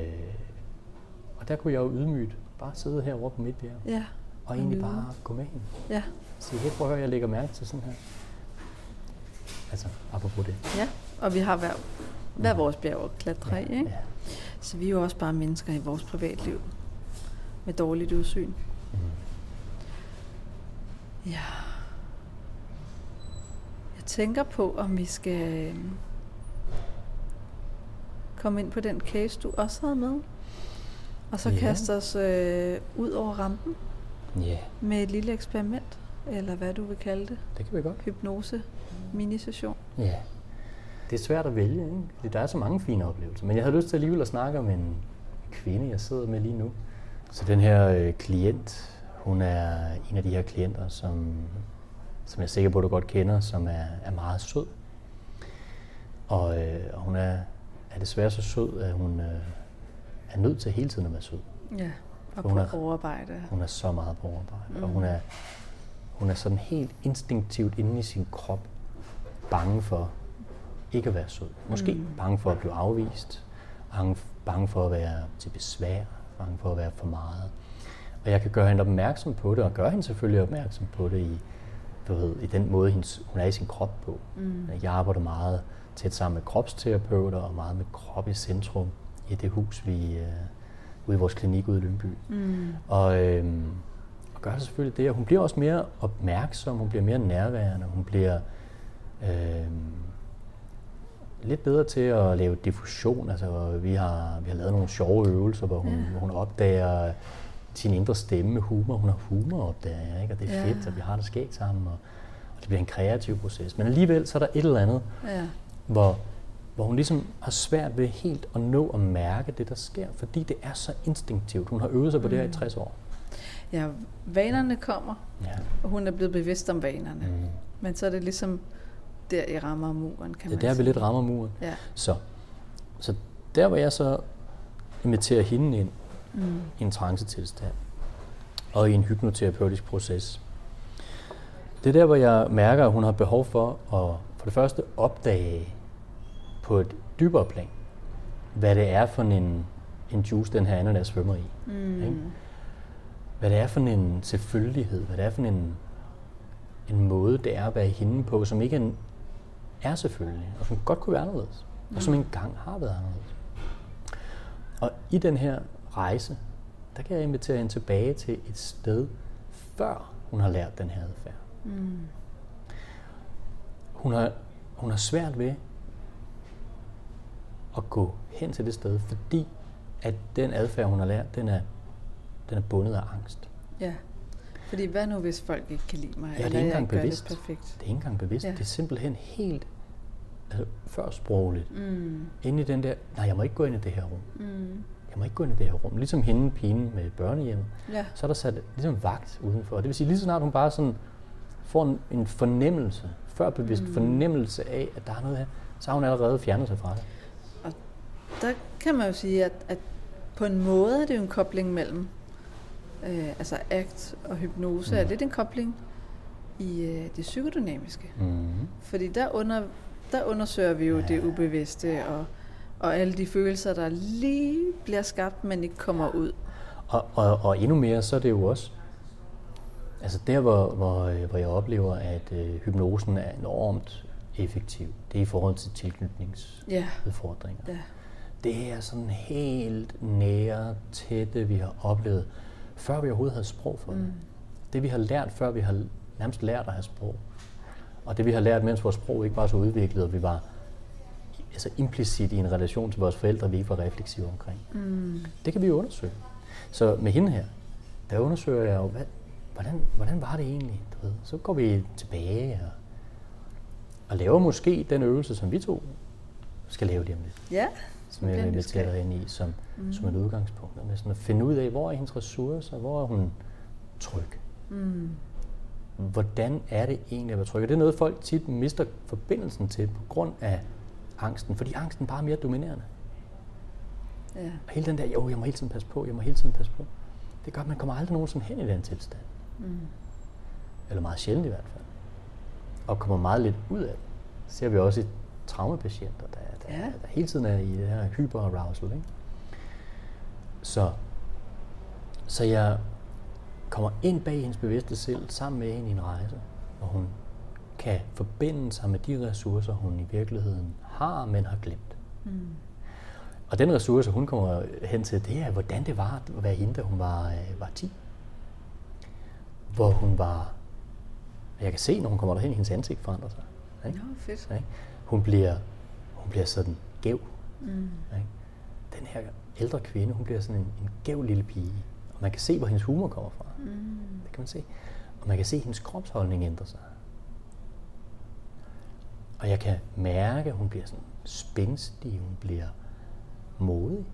[SPEAKER 2] Og der kunne jeg jo ydmygt bare sidde herovre på mit bjerg.
[SPEAKER 1] Ja.
[SPEAKER 2] Og egentlig bare gå med hende.
[SPEAKER 1] Ja.
[SPEAKER 2] Sige, hey, prøv at høre, jeg lægger mærke til sådan her. Altså, apropos det.
[SPEAKER 1] Ja, og vi har hver vores bjerg at klatre i, ikke?
[SPEAKER 2] Ja.
[SPEAKER 1] Så vi er jo også bare mennesker i vores privatliv med dårligt udsyn. Ja. Jeg tænker på, om vi skal komme ind på den case, du også havde med. Og så kaste os ud over rampen med et lille eksperiment, eller hvad du vil kalde det.
[SPEAKER 2] Det kan vi godt.
[SPEAKER 1] Hypnose, minisession.
[SPEAKER 2] Ja. Det er svært at vælge, ikke? Fordi der er så mange fine oplevelser. Men jeg havde lyst til alligevel at snakke om en kvinde, jeg sidder med lige nu. Så den her klient, hun er en af de her klienter, som jeg er sikker på, du godt kender, som er meget sød. Og hun er desværre så sød, at hun er nødt til hele tiden at være sød.
[SPEAKER 1] Ja, og på overarbejde.
[SPEAKER 2] Hun er så meget på overarbejde, og hun er sådan helt instinktivt inde i sin krop bange for ikke at være sød. Måske bange for at blive afvist, bange for at være til besvær, bange for at være for meget. Og jeg kan gøre hende opmærksom på det, og gøre hende selvfølgelig opmærksom på det i den måde, hun er i sin krop på. Jeg arbejder meget tæt sammen med kropsterapeuter og meget med krop i centrum i det hus, vi ude i vores klinik ude i Lyngby. Og gør selvfølgelig det, og hun bliver også mere opmærksom, hun bliver mere nærværende, hun bliver lidt bedre til at lave diffusion. Altså, vi har lavet nogle sjove øvelser, hvor hun opdager sin indre stemme med humor. Hun har humor, opdager jeg, ikke? Og det er fedt, at vi har det skægt sammen, og det bliver en kreativ proces. Men alligevel så er der et eller andet hvor hun ligesom har svært ved helt at nå at mærke det, der sker, fordi det er så instinktivt. Hun har øvet sig på det her i 60 år.
[SPEAKER 1] Ja, vanerne kommer,
[SPEAKER 2] Ja.
[SPEAKER 1] og hun er blevet bevidst om vanerne.
[SPEAKER 2] Mm.
[SPEAKER 1] Men så er det ligesom der i rammer muren, kan
[SPEAKER 2] Det
[SPEAKER 1] man
[SPEAKER 2] er der,
[SPEAKER 1] sige.
[SPEAKER 2] vi lidt rammer muren.
[SPEAKER 1] Ja.
[SPEAKER 2] Så der var jeg så inviterer hende ind i en trancetilstand og i en hypnoterapeutisk proces. Det er der, hvor jeg mærker, at hun har behov for at for det første opdage på et dybere plan, hvad det er for en juice, den her ananas svømmer i. Ikke? Hvad det er for en selvfølgelighed, hvad det er for en måde, det er at være hende på, som ikke er selvfølgelig, og som godt kunne være anderledes, og som engang har været anderledes. Og i den her rejse, der kan jeg invitere hende tilbage til et sted, før hun har lært den her adfærd. Hun har svært ved at gå hen til det sted, fordi at den adfærd, hun har lært, den er bundet af angst.
[SPEAKER 1] Ja, fordi hvad nu, hvis folk ikke kan lide mig,
[SPEAKER 2] Ja, det er
[SPEAKER 1] eller
[SPEAKER 2] ikke
[SPEAKER 1] jeg
[SPEAKER 2] engang
[SPEAKER 1] ikke gør
[SPEAKER 2] bevidst.
[SPEAKER 1] det perfekt?
[SPEAKER 2] Det er ikke engang bevidst.
[SPEAKER 1] Ja.
[SPEAKER 2] Det er simpelthen helt førsprogligt. Inde i den der, nej, jeg må ikke gå ind i det her rum. Jeg må ikke gå ind i det her rum. Ligesom hende, pigen med børnehjemmet,
[SPEAKER 1] Ja.
[SPEAKER 2] så er der sat ligesom vagt udenfor. Det vil sige, lige så snart hun bare sådan får en fornemmelse, førbevidst fornemmelse af, at der er noget her, så har hun allerede fjernet sig fra det.
[SPEAKER 1] Og der kan man jo sige, at på en måde er det jo en kobling mellem altså ACT og hypnose er lidt en kobling i det psykodynamiske. Fordi der undersøger vi jo det ubevidste og alle de følelser, der lige bliver skabt, men ikke kommer ud.
[SPEAKER 2] Og endnu mere, så er det jo også, altså der, hvor jeg oplever, at hypnosen er enormt effektiv, det er i forhold til tilknytningsudfordringer.
[SPEAKER 1] Ja.
[SPEAKER 2] Det er sådan helt nære, tætte, vi har oplevet, før vi overhovedet havde sprog for det. Det vi har lært, før vi har nærmest lært at have sprog. Og det vi har lært, mens vores sprog ikke var så udviklet, og vi var altså implicit i en relation til vores forældre, vi ikke var refleksive omkring. Det kan vi jo undersøge. Så med hende her, der undersøger jeg jo, hvordan var det egentlig? Du ved? Så går vi tilbage og laver måske den øvelse, som vi to skal lave lige om lidt.
[SPEAKER 1] Ja.
[SPEAKER 2] Som jeg vil invitere dig ind i som et udgangspunkt. Med sådan at finde ud af, hvor er hendes ressourcer, hvor er hun tryg. Hvordan er det egentlig at være tryg? Og det er noget, folk tit mister forbindelsen til på grund af angsten, fordi angsten bare er mere dominerende.
[SPEAKER 1] Ja.
[SPEAKER 2] Og hele den der, jeg må hele tiden passe på, det gør, at man kommer aldrig nogensinde hen i den tilstand. Eller meget sjældent i hvert fald. Og kommer meget lidt ud af det. Det ser vi også i traumapatienter, der hele tiden er i det her hyperarousal. Ikke? Så jeg kommer ind bag hendes bevidste selv, sammen med hende i en rejse, hvor hun kan forbinde sig med de ressourcer, hun i virkeligheden har, men har glemt. Og den ressource, hun kommer hen til, det er, hvordan det var at være hende, da hun var 10. Hvor hun var, jeg kan se, når hun kommer derhen, hendes ansigt forandrer sig. Ikke?
[SPEAKER 1] Nå, fedt.
[SPEAKER 2] Ikke? Hun bliver sådan gæv. Ikke? Den her ældre kvinde, hun bliver sådan en gæv lille pige. Og man kan se, hvor hendes humor kommer fra. Det kan man se. Og man kan se, at hendes kropsholdning ændrer sig. Og jeg kan mærke, at hun bliver sådan spændstig, hun bliver modig,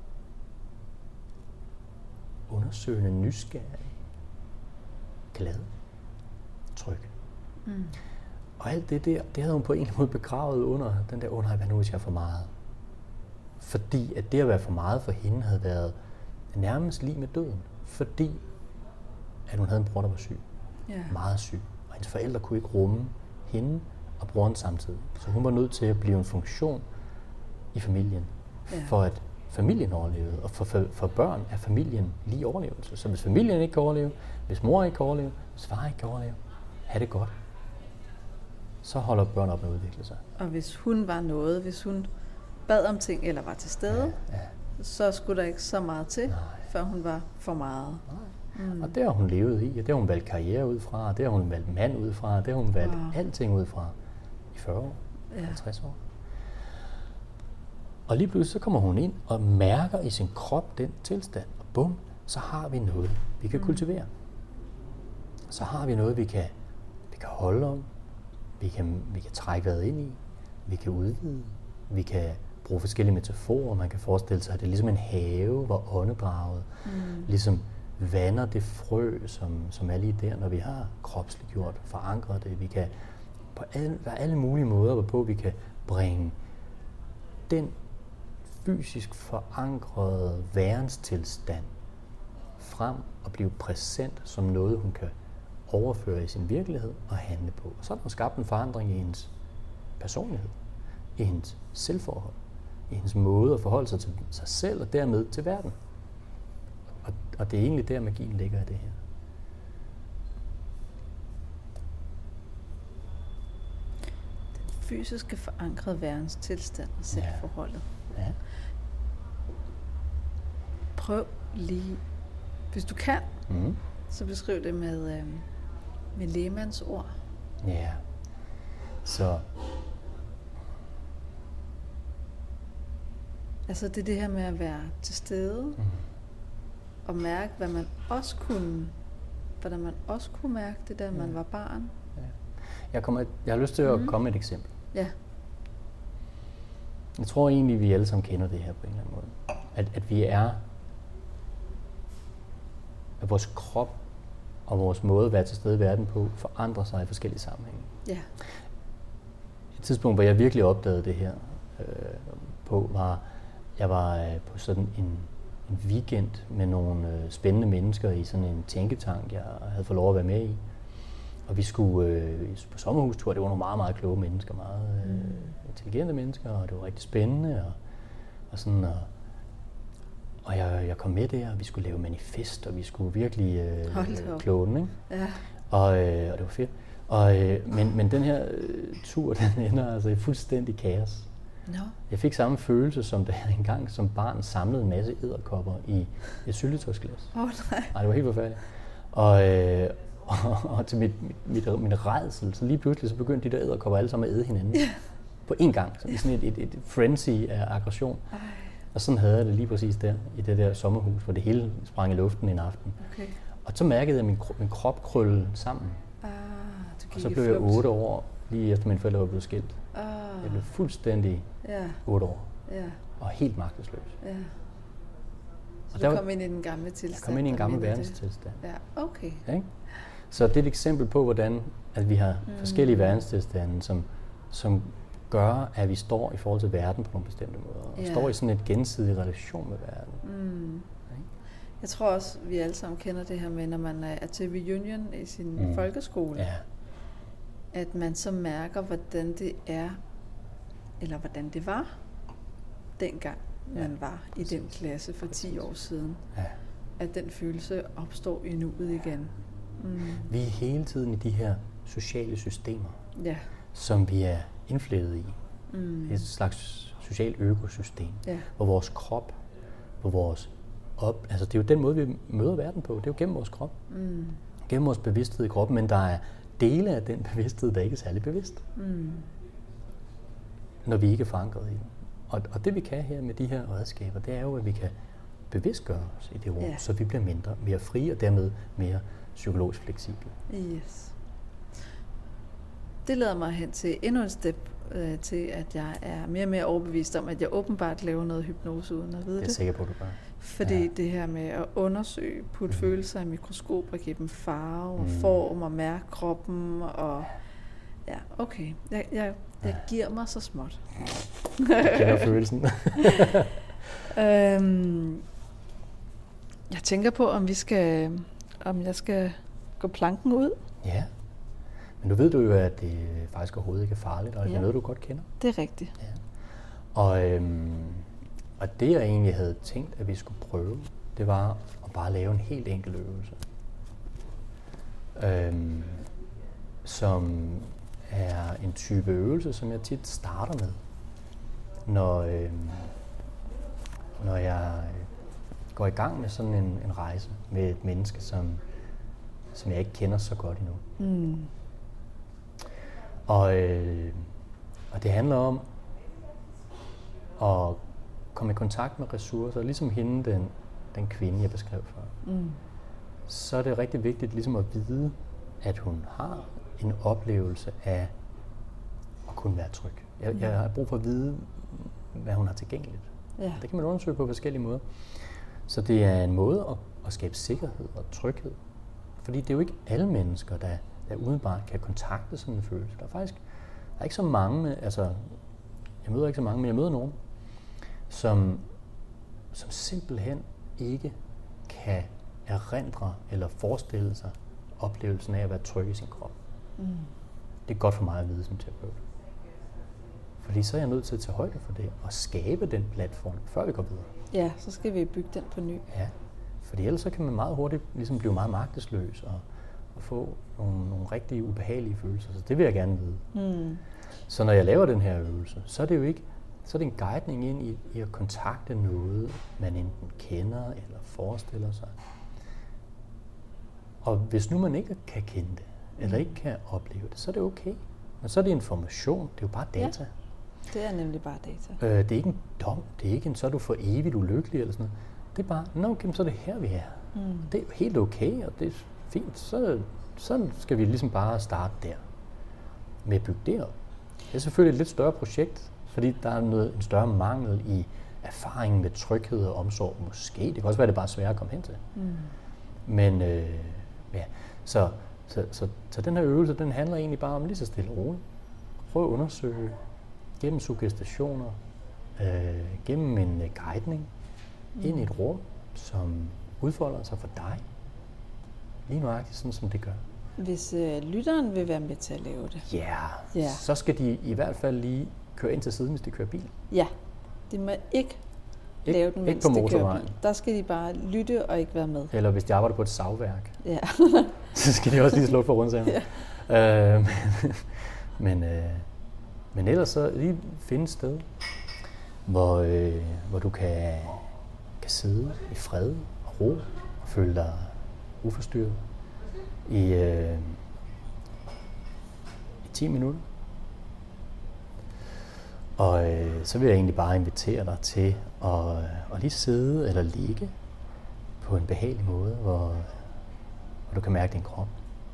[SPEAKER 2] undersøgende, nysgerrig, glad, tryg. Og alt det der, det havde hun på en eller anden måde begravet under den der, nej, hvad nu hvis jeg er for meget? Fordi at det at være for meget for hende havde været nærmest lige med døden. Fordi at hun havde en bror, der var syg.
[SPEAKER 1] Ja.
[SPEAKER 2] Meget syg. Og hendes forældre kunne ikke rumme hende og broren samtidig. Så hun var nødt til at blive en funktion i familien.
[SPEAKER 1] Ja.
[SPEAKER 2] For at familien overlevede. Og for børn er familien lige overlevelse. Så hvis familien ikke kan overleve, hvis mor ikke kan overleve, hvis far ikke kan overleve, have det godt, så holder børn op med at udvikle sig.
[SPEAKER 1] Og hvis hun var noget, hvis hun bad om ting eller var til stede, så skulle der ikke så meget til, før hun var for meget.
[SPEAKER 2] Og det har hun levet i, og det har hun valgt karriere ud fra, og det har hun valgt mand ud fra, og det har hun valgt alting ud fra i 40 år, 50 år. Og lige pludselig så kommer hun ind og mærker i sin krop den tilstand, og bum, så har vi noget, vi kan kultivere. Så har vi noget, vi kan holde om, vi kan trække vejret ind i, vi kan udvide, Vi kan bruge forskellige metaforer. Man kan forestille sig, at det er ligesom en have, hvor åndedraget ligesom vander det frø, som er lige der, når vi har kropsliggjort, forankret det. Vi kan der er alle mulige måder, hvorpå vi kan bringe den fysisk forankrede værenstilstand frem og blive præsent som noget, hun kan overføre i sin virkelighed og handle på. Og så er der skabt en forandring i hendes personlighed, i hendes selvforhold, i hendes måde at forholde sig til sig selv og dermed til verden. Og det er egentlig der, magien ligger i det her.
[SPEAKER 1] Den fysiske forankrede verdenstilstand og selvforholdet.
[SPEAKER 2] Ja.
[SPEAKER 1] Prøv lige, hvis du kan, så beskriv det med Lehmanns ord.
[SPEAKER 2] Ja. Så
[SPEAKER 1] altså det er det her med at være til stede og mærke, hvad man også kunne, hvordan man også kunne mærke det, da man var barn.
[SPEAKER 2] Ja. Jeg har lyst til at komme med et eksempel.
[SPEAKER 1] Ja.
[SPEAKER 2] Jeg tror egentlig, vi alle sammen kender det her på en eller anden måde. At vi er, at vores krop og vores måde at være til stede i verden på forandrer sig i forskellige sammenhænge.
[SPEAKER 1] Ja.
[SPEAKER 2] Et tidspunkt, hvor jeg virkelig opdagede det her jeg var på sådan en weekend med nogle spændende mennesker i sådan en tænketank, jeg havde fået lov at være med i. Og vi skulle på sommerhustur. Det var nogle meget, meget kloge mennesker, meget intelligente mennesker, og det var rigtig spændende. Og sådan, og jeg kom med der, og vi skulle lave manifest, og vi skulle virkelig kloge den, ikke?
[SPEAKER 1] Ja.
[SPEAKER 2] Og det var fedt. Men den her tur, den ender altså i fuldstændig kaos.
[SPEAKER 1] No. Jeg
[SPEAKER 2] fik samme følelse, som da jeg engang som barn samlede en masse edderkopper i et syltetøjsglas.
[SPEAKER 1] Nej.
[SPEAKER 2] Nej, det var helt forfærdeligt. Og til min rædsel, så lige pludselig så begyndte de der edderkopper alle sammen at æde hinanden. På én gang, så i sådan et frenzy af aggression. Og sådan havde jeg det lige præcis der, i det der sommerhus, hvor det hele sprang i luften en aften.
[SPEAKER 1] Okay.
[SPEAKER 2] Og så mærkede jeg, at min krop krøllede sammen. Og så blev jeg 8 år, lige efter mine forældre var blevet skilt. Jeg blev fuldstændig 8 år. Og helt magtesløs.
[SPEAKER 1] Ja. Så du kom ind i den gamle tilstand?
[SPEAKER 2] Jeg kom ind i en gammel verdenstilstand.
[SPEAKER 1] Ja, okay.
[SPEAKER 2] Ja, ikke? Så det er et eksempel på, hvordan at vi har forskellige verdenstilstande, som gør, at vi står i forhold til verden på nogle bestemte måder. Og står i sådan et gensidig relation med verden.
[SPEAKER 1] Jeg tror også, vi alle sammen kender det her med, når man er til reunion i sin folkeskole.
[SPEAKER 2] Ja.
[SPEAKER 1] At man så mærker, hvordan det er, eller hvordan det var, dengang man var i den klasse for 10 år siden.
[SPEAKER 2] Ja.
[SPEAKER 1] At den følelse opstår i nuet igen.
[SPEAKER 2] Vi er hele tiden i de her sociale systemer, som vi er indflettet i. Det er et slags socialt økosystem, hvor vores krop, altså det er jo den måde, vi møder verden på. Det er jo gennem vores krop. Gennem vores bevidsthed i kroppen, men der er dele af den bevidsthed, der ikke er særlig bevidst. Når vi ikke er forankret i den. Og det vi kan her med de her redskaber, det er jo, at vi kan bevidstgøre os i det rum, så vi bliver mere frie og dermed mere psykologisk fleksible.
[SPEAKER 1] Yes. Det leder mig hen til endnu et step til, at jeg er mere og mere overbevist om, at jeg åbenbart laver noget hypnose uden at vide det.
[SPEAKER 2] Det er sikker på, du gør.
[SPEAKER 1] Fordi det her med at undersøge, putte følelser i mikroskop og give dem farve og form og mærke kroppen og okay. Jeg giver mig så småt.
[SPEAKER 2] Jeg kender følelsen.
[SPEAKER 1] Jeg tænker på, om jeg skal gå planken ud.
[SPEAKER 2] Ja. Men nu ved du jo, at det faktisk overhovedet ikke er farligt, og det er noget, du godt kender.
[SPEAKER 1] Det er rigtigt.
[SPEAKER 2] Ja. Og det, jeg egentlig havde tænkt, at vi skulle prøve, det var at bare lave en helt enkel øvelse. Som er en type øvelse, som jeg tit starter med, når jeg går i gang med sådan en rejse med et menneske, som jeg ikke kender så godt endnu. Og det handler om at komme i kontakt med ressourcer, ligesom hende, den kvinde, jeg beskrev før. Så er det rigtig vigtigt ligesom at vide, at hun har en oplevelse af at kunne være tryg. Jeg har brug for at vide, hvad hun har tilgængeligt.
[SPEAKER 1] Ja.
[SPEAKER 2] Det kan man undersøge på forskellige måder. Så det er en måde at skabe sikkerhed og tryghed. Fordi det er jo ikke alle mennesker, der umiddelbart kan kontakte sådan en følelse. Der er ikke så mange, altså jeg møder ikke så mange, men jeg møder nogen, som simpelthen ikke kan erindre eller forestille sig oplevelsen af at være tryg i sin krop. Det er godt for mig at vide som terapeut. Fordi så er jeg nødt til at tage højde for det og skabe den platform, før vi går videre.
[SPEAKER 1] Ja, så skal vi bygge den på ny.
[SPEAKER 2] Ja, fordi ellers så kan man meget hurtigt ligesom blive meget magtesløs og få nogle rigtig ubehagelige følelser. Så det vil jeg gerne vide. Så når jeg laver den her øvelse, så er det jo ikke, så er det en guidning ind i at kontakte noget, man enten kender eller forestiller sig. Og hvis nu man ikke kan kende det, eller ikke kan opleve det, så er det okay. Men så er det information, det er jo bare data.
[SPEAKER 1] Ja, det er nemlig bare data.
[SPEAKER 2] Det er ikke en dom, det er ikke en, så er du for evigt ulykkelig eller sådan noget. Det er bare, okay, så er det her, vi er. Det er jo helt okay, og det er fint. Så skal vi ligesom bare starte der. Med at bygge det op. Det er selvfølgelig et lidt større projekt, fordi der er en større mangel i erfaringen med tryghed og omsorg. Måske. Det kan også være, det er bare svært at komme hen til. Men ja, så den her øvelse, den handler egentlig bare om lige så stille og roligt. Prøv at undersøge gennem suggestationer, gennem en guidning, ind i et rum, som udfolder sig for dig. Lige nøjagtigt sådan, som det gør.
[SPEAKER 1] Hvis lytteren vil være med til at lave det.
[SPEAKER 2] Ja, så skal de i hvert fald lige køre ind til siden, hvis de kører bil.
[SPEAKER 1] Ja, de må ikke lave den, mens de kører bil. Der skal de bare lytte og ikke være med.
[SPEAKER 2] Eller hvis de arbejder på et savværk,
[SPEAKER 1] ja.
[SPEAKER 2] så skal de også lige slukke for rundsagen. Ja. Men ellers så lige finde et sted, hvor du kan sidde i fred og ro og føle dig uforstyrret i 10 minutter. Og så vil jeg egentlig bare invitere dig til at lige sidde eller ligge på en behagelig måde, hvor du kan mærke din krop.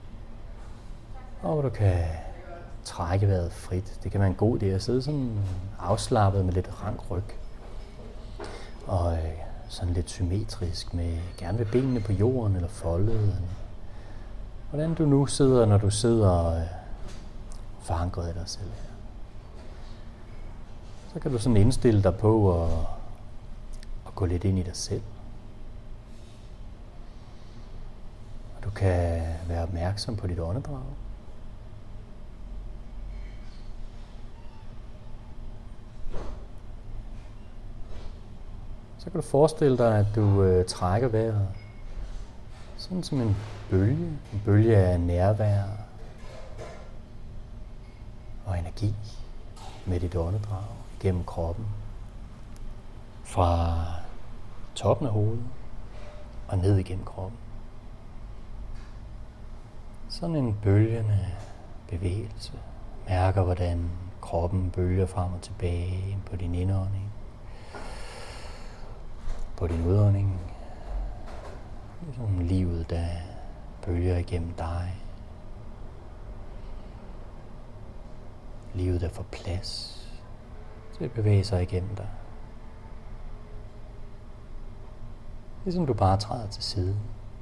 [SPEAKER 2] Og hvor du kan trække vejret frit. Det kan være en god idé at sidde sådan afslappet med lidt rank ryg. Og sådan lidt symmetrisk, med gerne ved benene på jorden eller foldet. Hvordan du nu sidder, når du sidder forankret i dig selv. Så kan du sådan indstille dig på at gå lidt ind i dig selv. Og du kan være opmærksom på dit åndedrag. Så kan du forestille dig, at du trækker vejret sådan som en bølge af nærvær og energi med dit åndedrag gennem kroppen. Fra toppen af hovedet og ned igennem kroppen. Sådan en bølgende bevægelse. Mærker, hvordan kroppen bølger frem og tilbage på din indånding. På din udånding. Ligesom livet, der bølger igennem dig. Livet, der får plads til at bevæge sig igennem dig. Ligesom du bare træder til siden.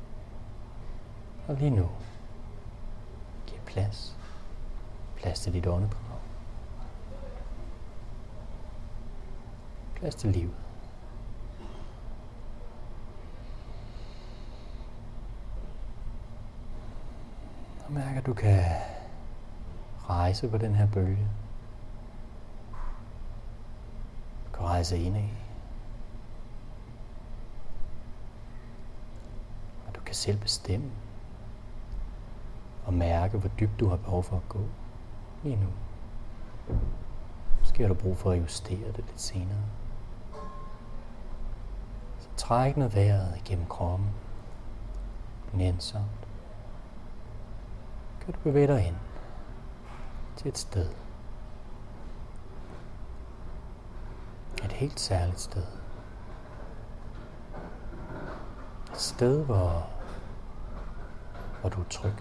[SPEAKER 2] Og lige nu giver plads. Plads til dit åndedrag. Plads til livet. Og mærk, at du kan rejse på den her bølge. Du kan rejse indad. Og du kan selv bestemme og mærke, hvor dybt du har behov for at gå lige nu. Måske har du brug for at justere det lidt senere. Så træk noget vejret igennem kroppen. Nænsomt. Kan du bevæge dig ind til et sted. Et helt særligt sted. Et sted, hvor du er tryg.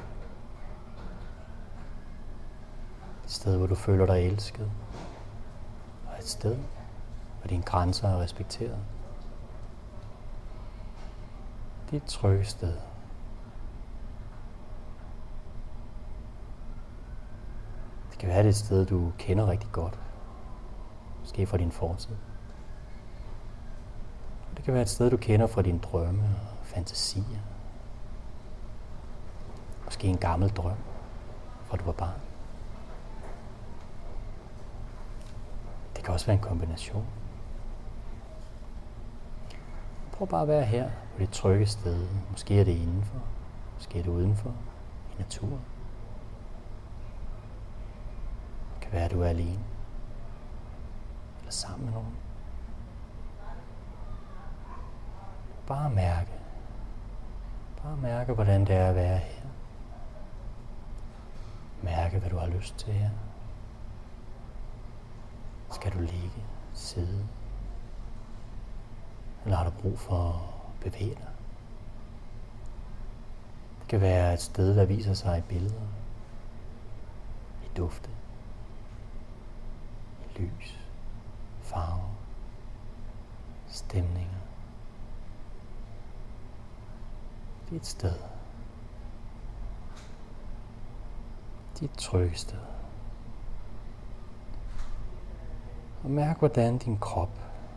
[SPEAKER 2] Et sted, hvor du føler dig elsket. Og et sted, og dine grænser er respekteret. Det er et trygt sted. Det kan være, det er et sted, du kender rigtig godt. Måske fra din fortid. Det kan være et sted, du kender fra dine drømme og fantasier. Måske en gammel drøm, fra du var barn. Det kan også være en kombination. Prøv bare at være her på dit trygge sted. Måske er det indenfor, måske er det udenfor, i naturen. Det kan være, at du er alene. Eller sammen med nogen. Bare mærke. Bare mærke, hvordan det er at være her. Mærke, hvad du har lyst til her. Skal du ligge, sidde? Eller har du brug for at bevæge dig? Det kan være et sted, der viser sig i billeder, i dufte, i lys, farver, stemninger. Det er et sted. Det er et trygt sted. Og mærk, hvordan din krop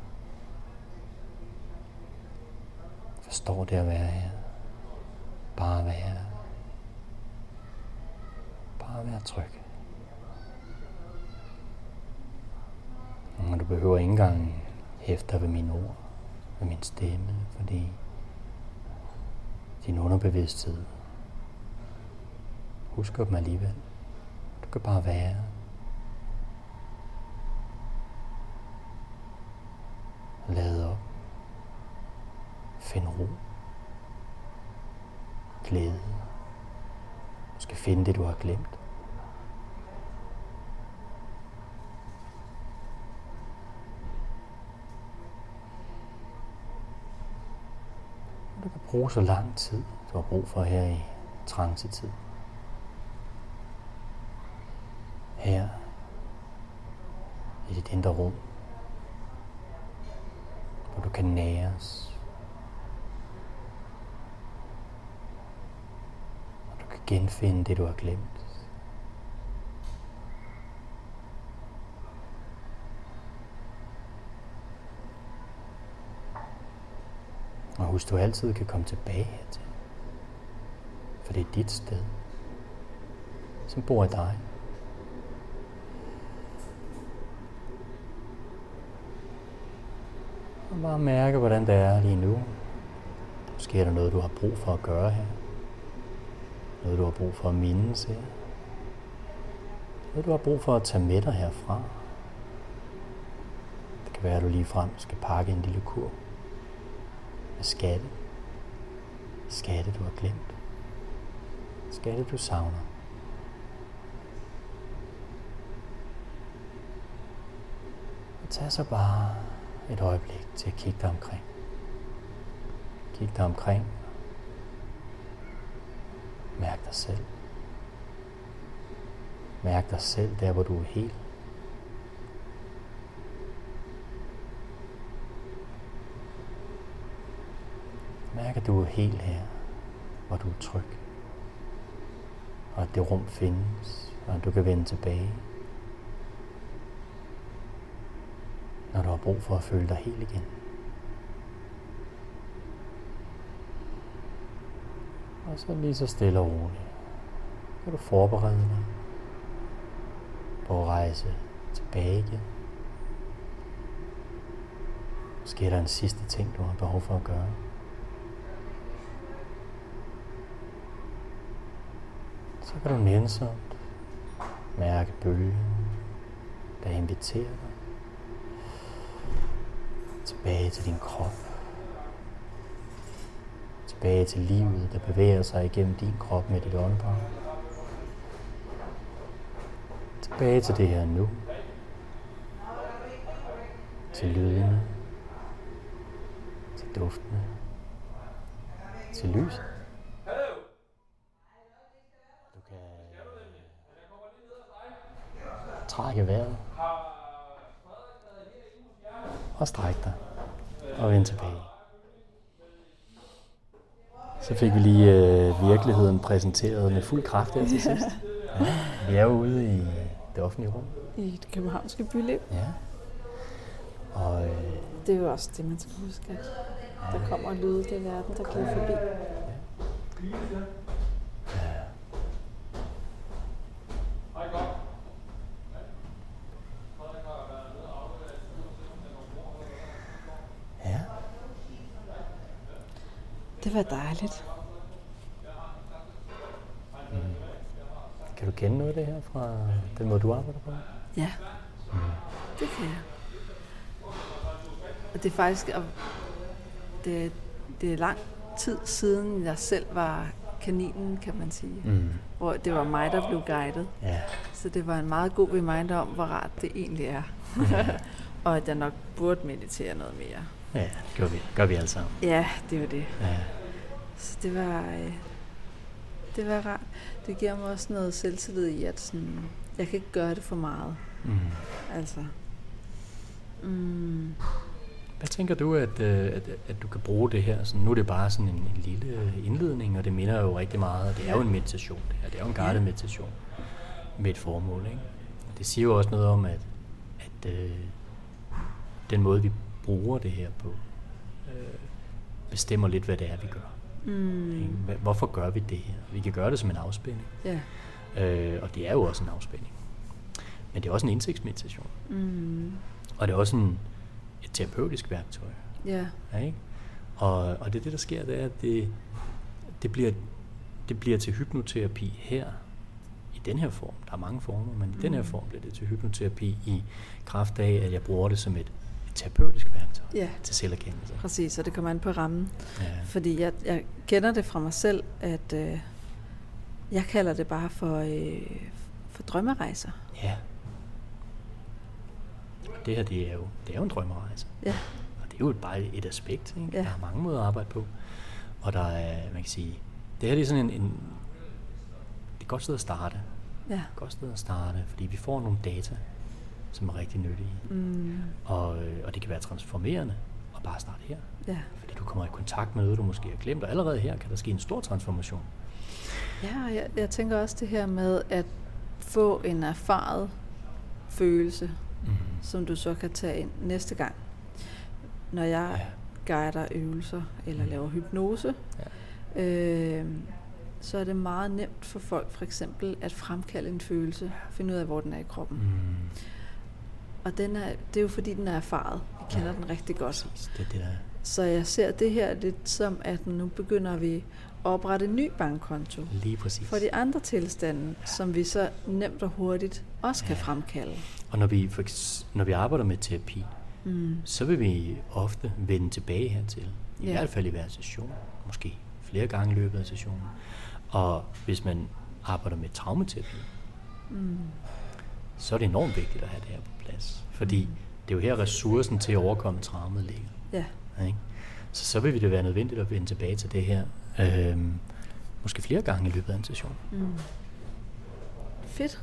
[SPEAKER 2] forstår det at være her. Bare være. Bare være tryg. Og du behøver ikke engang hæfte dig ved mine ord, ved min stemme, fordi din underbevidsthed husker dem alligevel. Du kan bare være. Lade op. Find ro. Glæde. Du skal finde det, du har glemt. Du kan bruge så lang tid, du har brug for her i transetid. Her i dit indre rum, hvor du kan næres, og du kan genfinde det, du har glemt. Og husk, du altid kan komme tilbage hertil, for det er dit sted, som bor i dig. Og bare mærke, hvordan det er lige nu. Måske er der noget, du har brug for at gøre her. Noget, du har brug for at mindes her. Noget, du har brug for at tage med dig herfra. Det kan være, at du ligefrem skal pakke en lille kurv med skatte. Skatte, du har glemt. Skatte, du savner. Og tag så bare et øjeblik til at kigge dig omkring. Kig dig omkring. Mærk dig selv. Mærk dig selv der, hvor du er hel. Mærk, at du er hel her, hvor du er tryg. Og at det rum findes, og at du kan vende tilbage, når du har brug for at føle dig hel igen. Og så lige så stille og roligt kan du forberede dig på at rejse tilbage igen. Måske er der en sidste ting, du har behov for at gøre. Så kan du nænsomt mærke bølgen, der inviterer dig tilbage til din krop. Tilbage til livet, der bevæger sig igennem din krop med dit åndedræt. Tilbage til det her nu. Til lydene. Til duftene. Til lyset. Du kan trække vejret. og stræk dig. Og vend tilbage. Så fik vi lige virkeligheden præsenteret med fuld kraft her til sidst. Ja, vi er jo ude i det offentlige rum.
[SPEAKER 1] I det københavnske byliv.
[SPEAKER 2] Ja. Og
[SPEAKER 1] det er jo også det, man skal huske, at der kommer lyde i verden, der går forbi.
[SPEAKER 2] Ja.
[SPEAKER 1] Det var dejligt.
[SPEAKER 2] Kan du kende noget af det her fra den måde, du arbejder på?
[SPEAKER 1] Ja, det kan jeg. Og det er faktisk, det er lang tid siden, jeg selv var kaninen, kan man sige. Hvor det var mig, der blev guidet.
[SPEAKER 2] Ja.
[SPEAKER 1] Så det var en meget god reminder om, hvor rart det egentlig er. Og at jeg nok burde meditere noget mere.
[SPEAKER 2] Ja, gør vi alle sammen.
[SPEAKER 1] Ja, det var det.
[SPEAKER 2] Ja.
[SPEAKER 1] Så det var rart. Det giver mig også noget selvtillid i, at sådan, jeg kan ikke gøre det for meget. Altså.
[SPEAKER 2] Hvad tænker du, at du kan bruge det her? Så nu er det bare sådan en lille indledning, og det minder jo rigtig meget. Det er jo en meditation, det her. Det er jo en guided meditation med et formål. Ikke? Det siger jo også noget om, at den måde, vi bruger det her på, bestemmer lidt, hvad det er, vi gør. Hvorfor gør vi det her? Vi kan gøre det som en afspænding.
[SPEAKER 1] Ja.
[SPEAKER 2] Og det er jo også en afspænding. Men det er også en indsigtsmeditation. Og det er også et terapeutisk værktøj.
[SPEAKER 1] Ja.
[SPEAKER 2] Ja, ikke? Og det der sker, det er, at det bliver til hypnoterapi her, i den her form. Der er mange former, men i den her form bliver det til hypnoterapi i kraft af, at jeg bruger det som et terapeutisk værktøj til selverkendelse.
[SPEAKER 1] Præcis, og det kommer an på rammen.
[SPEAKER 2] Ja.
[SPEAKER 1] Fordi jeg kender det fra mig selv, at jeg kalder det bare for drømmerejser.
[SPEAKER 2] Ja. Det her, det er jo en drømmerejse.
[SPEAKER 1] Ja.
[SPEAKER 2] Og det er jo bare et aspekt, ikke?
[SPEAKER 1] Ja.
[SPEAKER 2] Der er mange måder at arbejde på. Og der er, man kan sige, det her det er sådan det er et godt sted at starte.
[SPEAKER 1] Ja.
[SPEAKER 2] Et godt sted at starte, fordi vi får nogle data, som er rigtig nyttige. Og det kan være transformerende at bare starte her.
[SPEAKER 1] Ja.
[SPEAKER 2] Fordi du kommer i kontakt med noget, du måske har glemt, og allerede her kan der ske en stor transformation.
[SPEAKER 1] Ja, og jeg tænker også det her med at få en erfaret følelse, som du så kan tage ind næste gang. Når jeg guider øvelser eller laver hypnose, så er det meget nemt for folk for eksempel at fremkalde en følelse, finde ud af, hvor den er i kroppen. Og det er jo fordi, den er erfaret. Vi kender den rigtig godt.
[SPEAKER 2] Præcis, det er det, der er.
[SPEAKER 1] Så jeg ser det her lidt som, at nu begynder vi at oprette en ny bankkonto.
[SPEAKER 2] Lige præcis.
[SPEAKER 1] For de andre tilstande, som vi så nemt og hurtigt også kan fremkalde.
[SPEAKER 2] Og når vi arbejder med terapi, så vil vi ofte vende tilbage hertil. I hvert fald i hver session. Måske flere gange i løbet af sessionen. Og hvis man arbejder med traumaterapi, så er det enormt vigtigt at have det her på plads. Fordi det er jo her ressourcen til at overkomme traumet ligger.
[SPEAKER 1] Ja.
[SPEAKER 2] Ikke? Så vil det være nødvendigt at vende tilbage til det her. Måske flere gange i løbet af en session.
[SPEAKER 1] Fedt.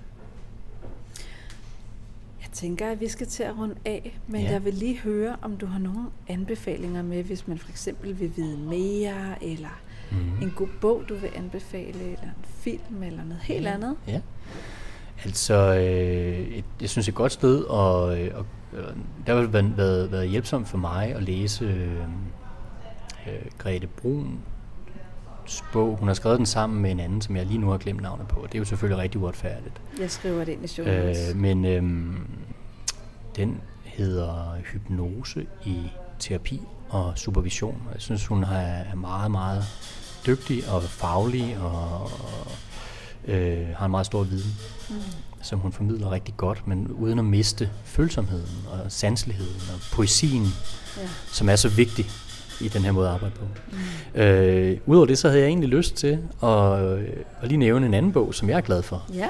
[SPEAKER 1] Jeg tænker, at vi skal til at runde af, men jeg vil lige høre, om du har nogle anbefalinger med, hvis man for eksempel vil vide mere, eller en god bog, du vil anbefale, eller en film, eller noget helt andet.
[SPEAKER 2] Ja. Altså, jeg synes et godt sted, og der har været hjælpsomt for mig at læse Grete Bruns bog. Hun har skrevet den sammen med en anden, som jeg lige nu har glemt navnet på. Det er jo selvfølgelig rigtig uretfærdigt.
[SPEAKER 1] Jeg skriver det ind i showet.
[SPEAKER 2] Men den hedder Hypnose i terapi og supervision. Jeg synes, hun er meget, meget dygtig og faglig og har en meget stor viden, som hun formidler rigtig godt, men uden at miste følsomheden og sanseligheden og poesien, som er så vigtig i den her måde at arbejde på. Udover det, så havde jeg egentlig lyst til at lige nævne en anden bog, som jeg er glad for.
[SPEAKER 1] Ja.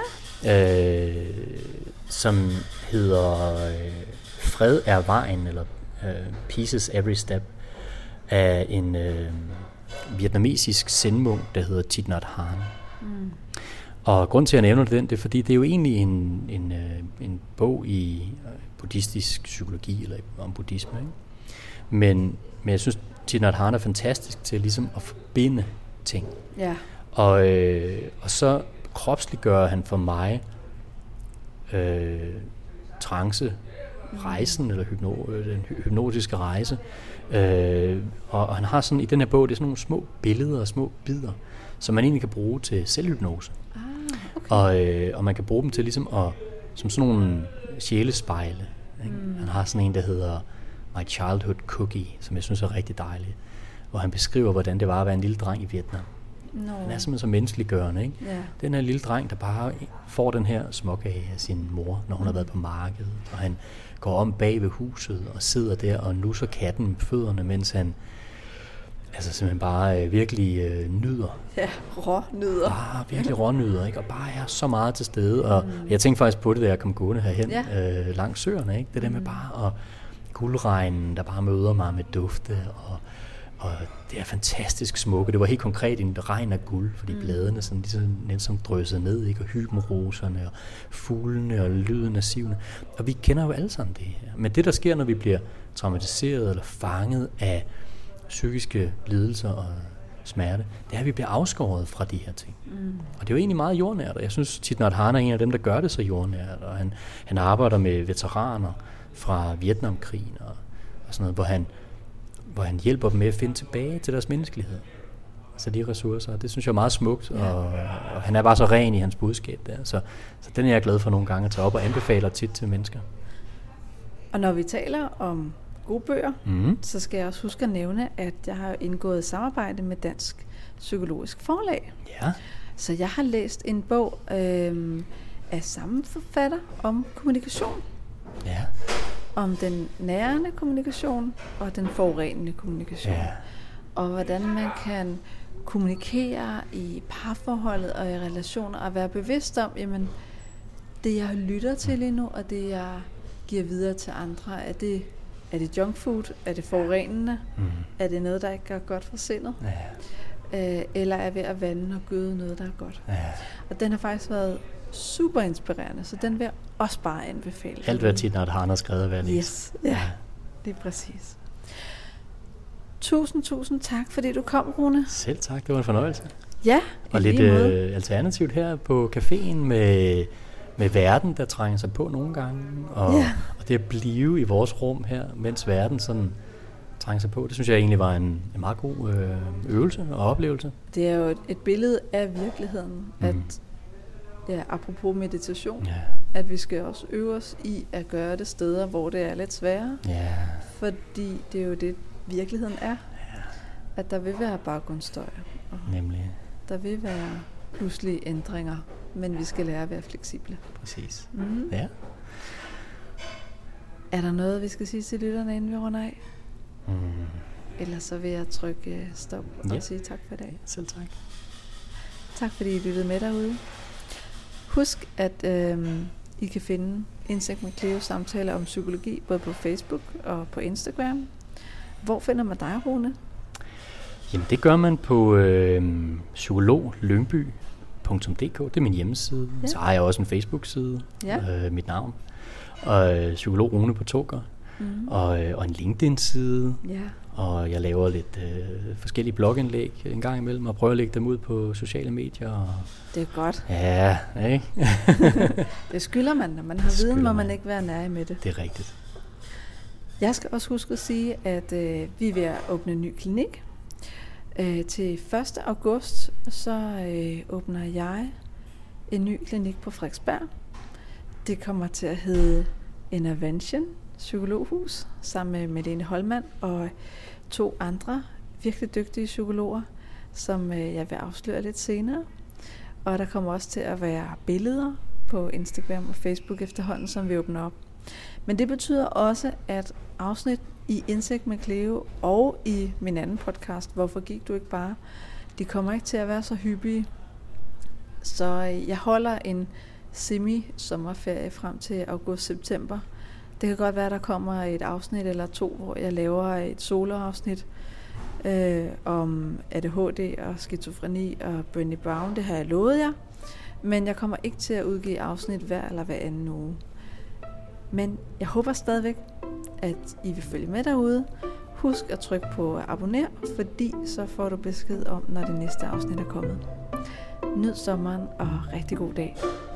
[SPEAKER 2] Som hedder Fred er vejen, eller Pieces Every Step, af en vietnamesisk zen-munk, der hedder Thich Nhat Hanh. Og grund til at nævne den, det er fordi, det er jo egentlig en bog i buddhistisk psykologi, eller om buddhisme, ikke? Men jeg synes, Thich Nhat Hanh er fantastisk til ligesom at forbinde ting.
[SPEAKER 1] Ja.
[SPEAKER 2] Og så kropsliggør han for mig trance-rejsen, eller den hypnotiske rejse. Og han har sådan i den her bog, det er sådan nogle små billeder og små bidder, som man egentlig kan bruge til selvhypnose. Okay. Og man kan bruge dem til ligesom som sådan nogle sjælespejle. Han har sådan en, der hedder My Childhood Cookie, som jeg synes er rigtig dejlig, hvor han beskriver, hvordan det var at være en lille dreng i Vietnam. No. Han er simpelthen så menneskeliggørende, ikke? Yeah. Den her lille dreng, der bare får den her småkage af sin mor, når hun har været på markedet, og han går om bag ved huset og sidder der og nusser katten med fødderne, mens han simpelthen bare virkelig nyder.
[SPEAKER 1] Ja, rånyder.
[SPEAKER 2] Bare virkelig rånyder, ikke? Og bare er så meget til stede. Og jeg tænkte faktisk på det, da jeg kom gående herhen langs søerne, ikke? Det der med bare guldregnen, der bare møder mig med dufte, og det er fantastisk smukke. Det var helt konkret en regn af guld, fordi bladene sådan ligesom dryssede ned, ikke? Og hybenroserne og fuglene og lyden af sivene. Og vi kender jo alle sammen det her. Men det, der sker, når vi bliver traumatiseret eller fanget af psykiske lidelser og smerte, det er, at vi bliver afskåret fra de her ting. Og det er jo egentlig meget jordnært, og jeg synes, Thich Nhat Hanh er en af dem, der gør det så jordnært, og han arbejder med veteraner fra Vietnamkrigen og sådan noget, hvor han hjælper dem med at finde tilbage til deres menneskelighed. Så de ressourcer, det synes jeg er meget smukt, og han er bare så ren i hans budskab der, så den er jeg glad for nogle gange at tage op og anbefaler tit til mennesker. Og
[SPEAKER 1] når vi taler om gode bøger, så skal jeg også huske at nævne, at jeg har indgået samarbejde med Dansk Psykologisk Forlag.
[SPEAKER 2] Ja.
[SPEAKER 1] Så jeg har læst en bog af samme forfatter om kommunikation.
[SPEAKER 2] Ja.
[SPEAKER 1] Om den nærende kommunikation og den forurenende kommunikation.
[SPEAKER 2] Ja.
[SPEAKER 1] Og hvordan man kan kommunikere i parforholdet og i relationer og være bevidst om, jamen, det jeg lytter til lige nu, og det jeg giver videre til andre, er det junk food? Er det forurenende? Er det noget, der ikke er godt for sindet? Ja. Eller er ved at vande og gøde noget, der er godt? Ja. Og den har faktisk været super inspirerende, så den vil jeg også bare anbefale.
[SPEAKER 2] Alt hvad Thich Nhat Hanh har skrevet, hvad jeg læser.
[SPEAKER 1] Yes, ja, det er præcis. Tusind tak, fordi du kom, Rune.
[SPEAKER 2] Selv tak, det var en fornøjelse.
[SPEAKER 1] Ja,
[SPEAKER 2] og lidt alternativt her på caféen med verden, der trænger sig på nogle gange, og det at blive i vores rum her, mens verden sådan trænger sig på, det synes jeg egentlig var en meget god øvelse og oplevelse.
[SPEAKER 1] Det er jo et billede af virkeligheden, at apropos meditation, at vi skal også øve os i at gøre det steder, hvor det er lidt sværere, fordi det er jo det, virkeligheden er, at der vil være baggrundsstøj.
[SPEAKER 2] Nemlig.
[SPEAKER 1] Der vil være pludselige ændringer, men vi skal lære at være fleksible.
[SPEAKER 2] Præcis. Ja.
[SPEAKER 1] Er der noget, vi skal sige til lytterne, inden vi runder af? Ellers så vil jeg trykke stop og sige tak for i dag.
[SPEAKER 2] Selv tak.
[SPEAKER 1] Tak fordi I lyttede med derude. Husk, at I kan finde Indsigt med Cleo samtaler om psykologi, både på Facebook og på Instagram. Hvor finder man dig, Rune?
[SPEAKER 2] Jamen det gør man på psykologlyngby.dk. Det er min hjemmeside. Ja. Så har jeg også en Facebook-side, mit navn. Og psykolog Rune på Togger. Og en LinkedIn-side. Ja. Og jeg laver lidt forskellige blogindlæg en gang imellem, og prøver at lægge dem ud på sociale medier.
[SPEAKER 1] Det er godt.
[SPEAKER 2] Ja, ikke?
[SPEAKER 1] Det skylder man. Når man har viden, må man ikke være nær med det.
[SPEAKER 2] Det er rigtigt.
[SPEAKER 1] Jeg skal også huske at sige, at vi er ved at åbne en ny klinik. Til 1. august, så åbner jeg en ny klinik på Frederiksberg. Det kommer til at hedde Intervention Psykologhus, sammen med Malene Holmand og 2 andre virkelig dygtige psykologer, som jeg vil afsløre lidt senere. Og der kommer også til at være billeder på Instagram og Facebook efterhånden, som vi åbner op. Men det betyder også, at afsnit i Indsigt med Cleo og i min anden podcast, Hvorfor gik du ikke bare, de kommer ikke til at være så hyppige. Så jeg holder en semi-sommerferie frem til august-september. Det kan godt være, der kommer et afsnit eller 2, hvor jeg laver et soloafsnit om ADHD og skizofreni og Brené Brown. Det har jeg lovet jer. Men jeg kommer ikke til at udgive afsnit hver eller hver anden uge. Men jeg håber stadigvæk, at I vil følge med derude. Husk at trykke på abonner, fordi så får du besked om, når det næste afsnit er kommet. Nyd sommeren og rigtig god dag.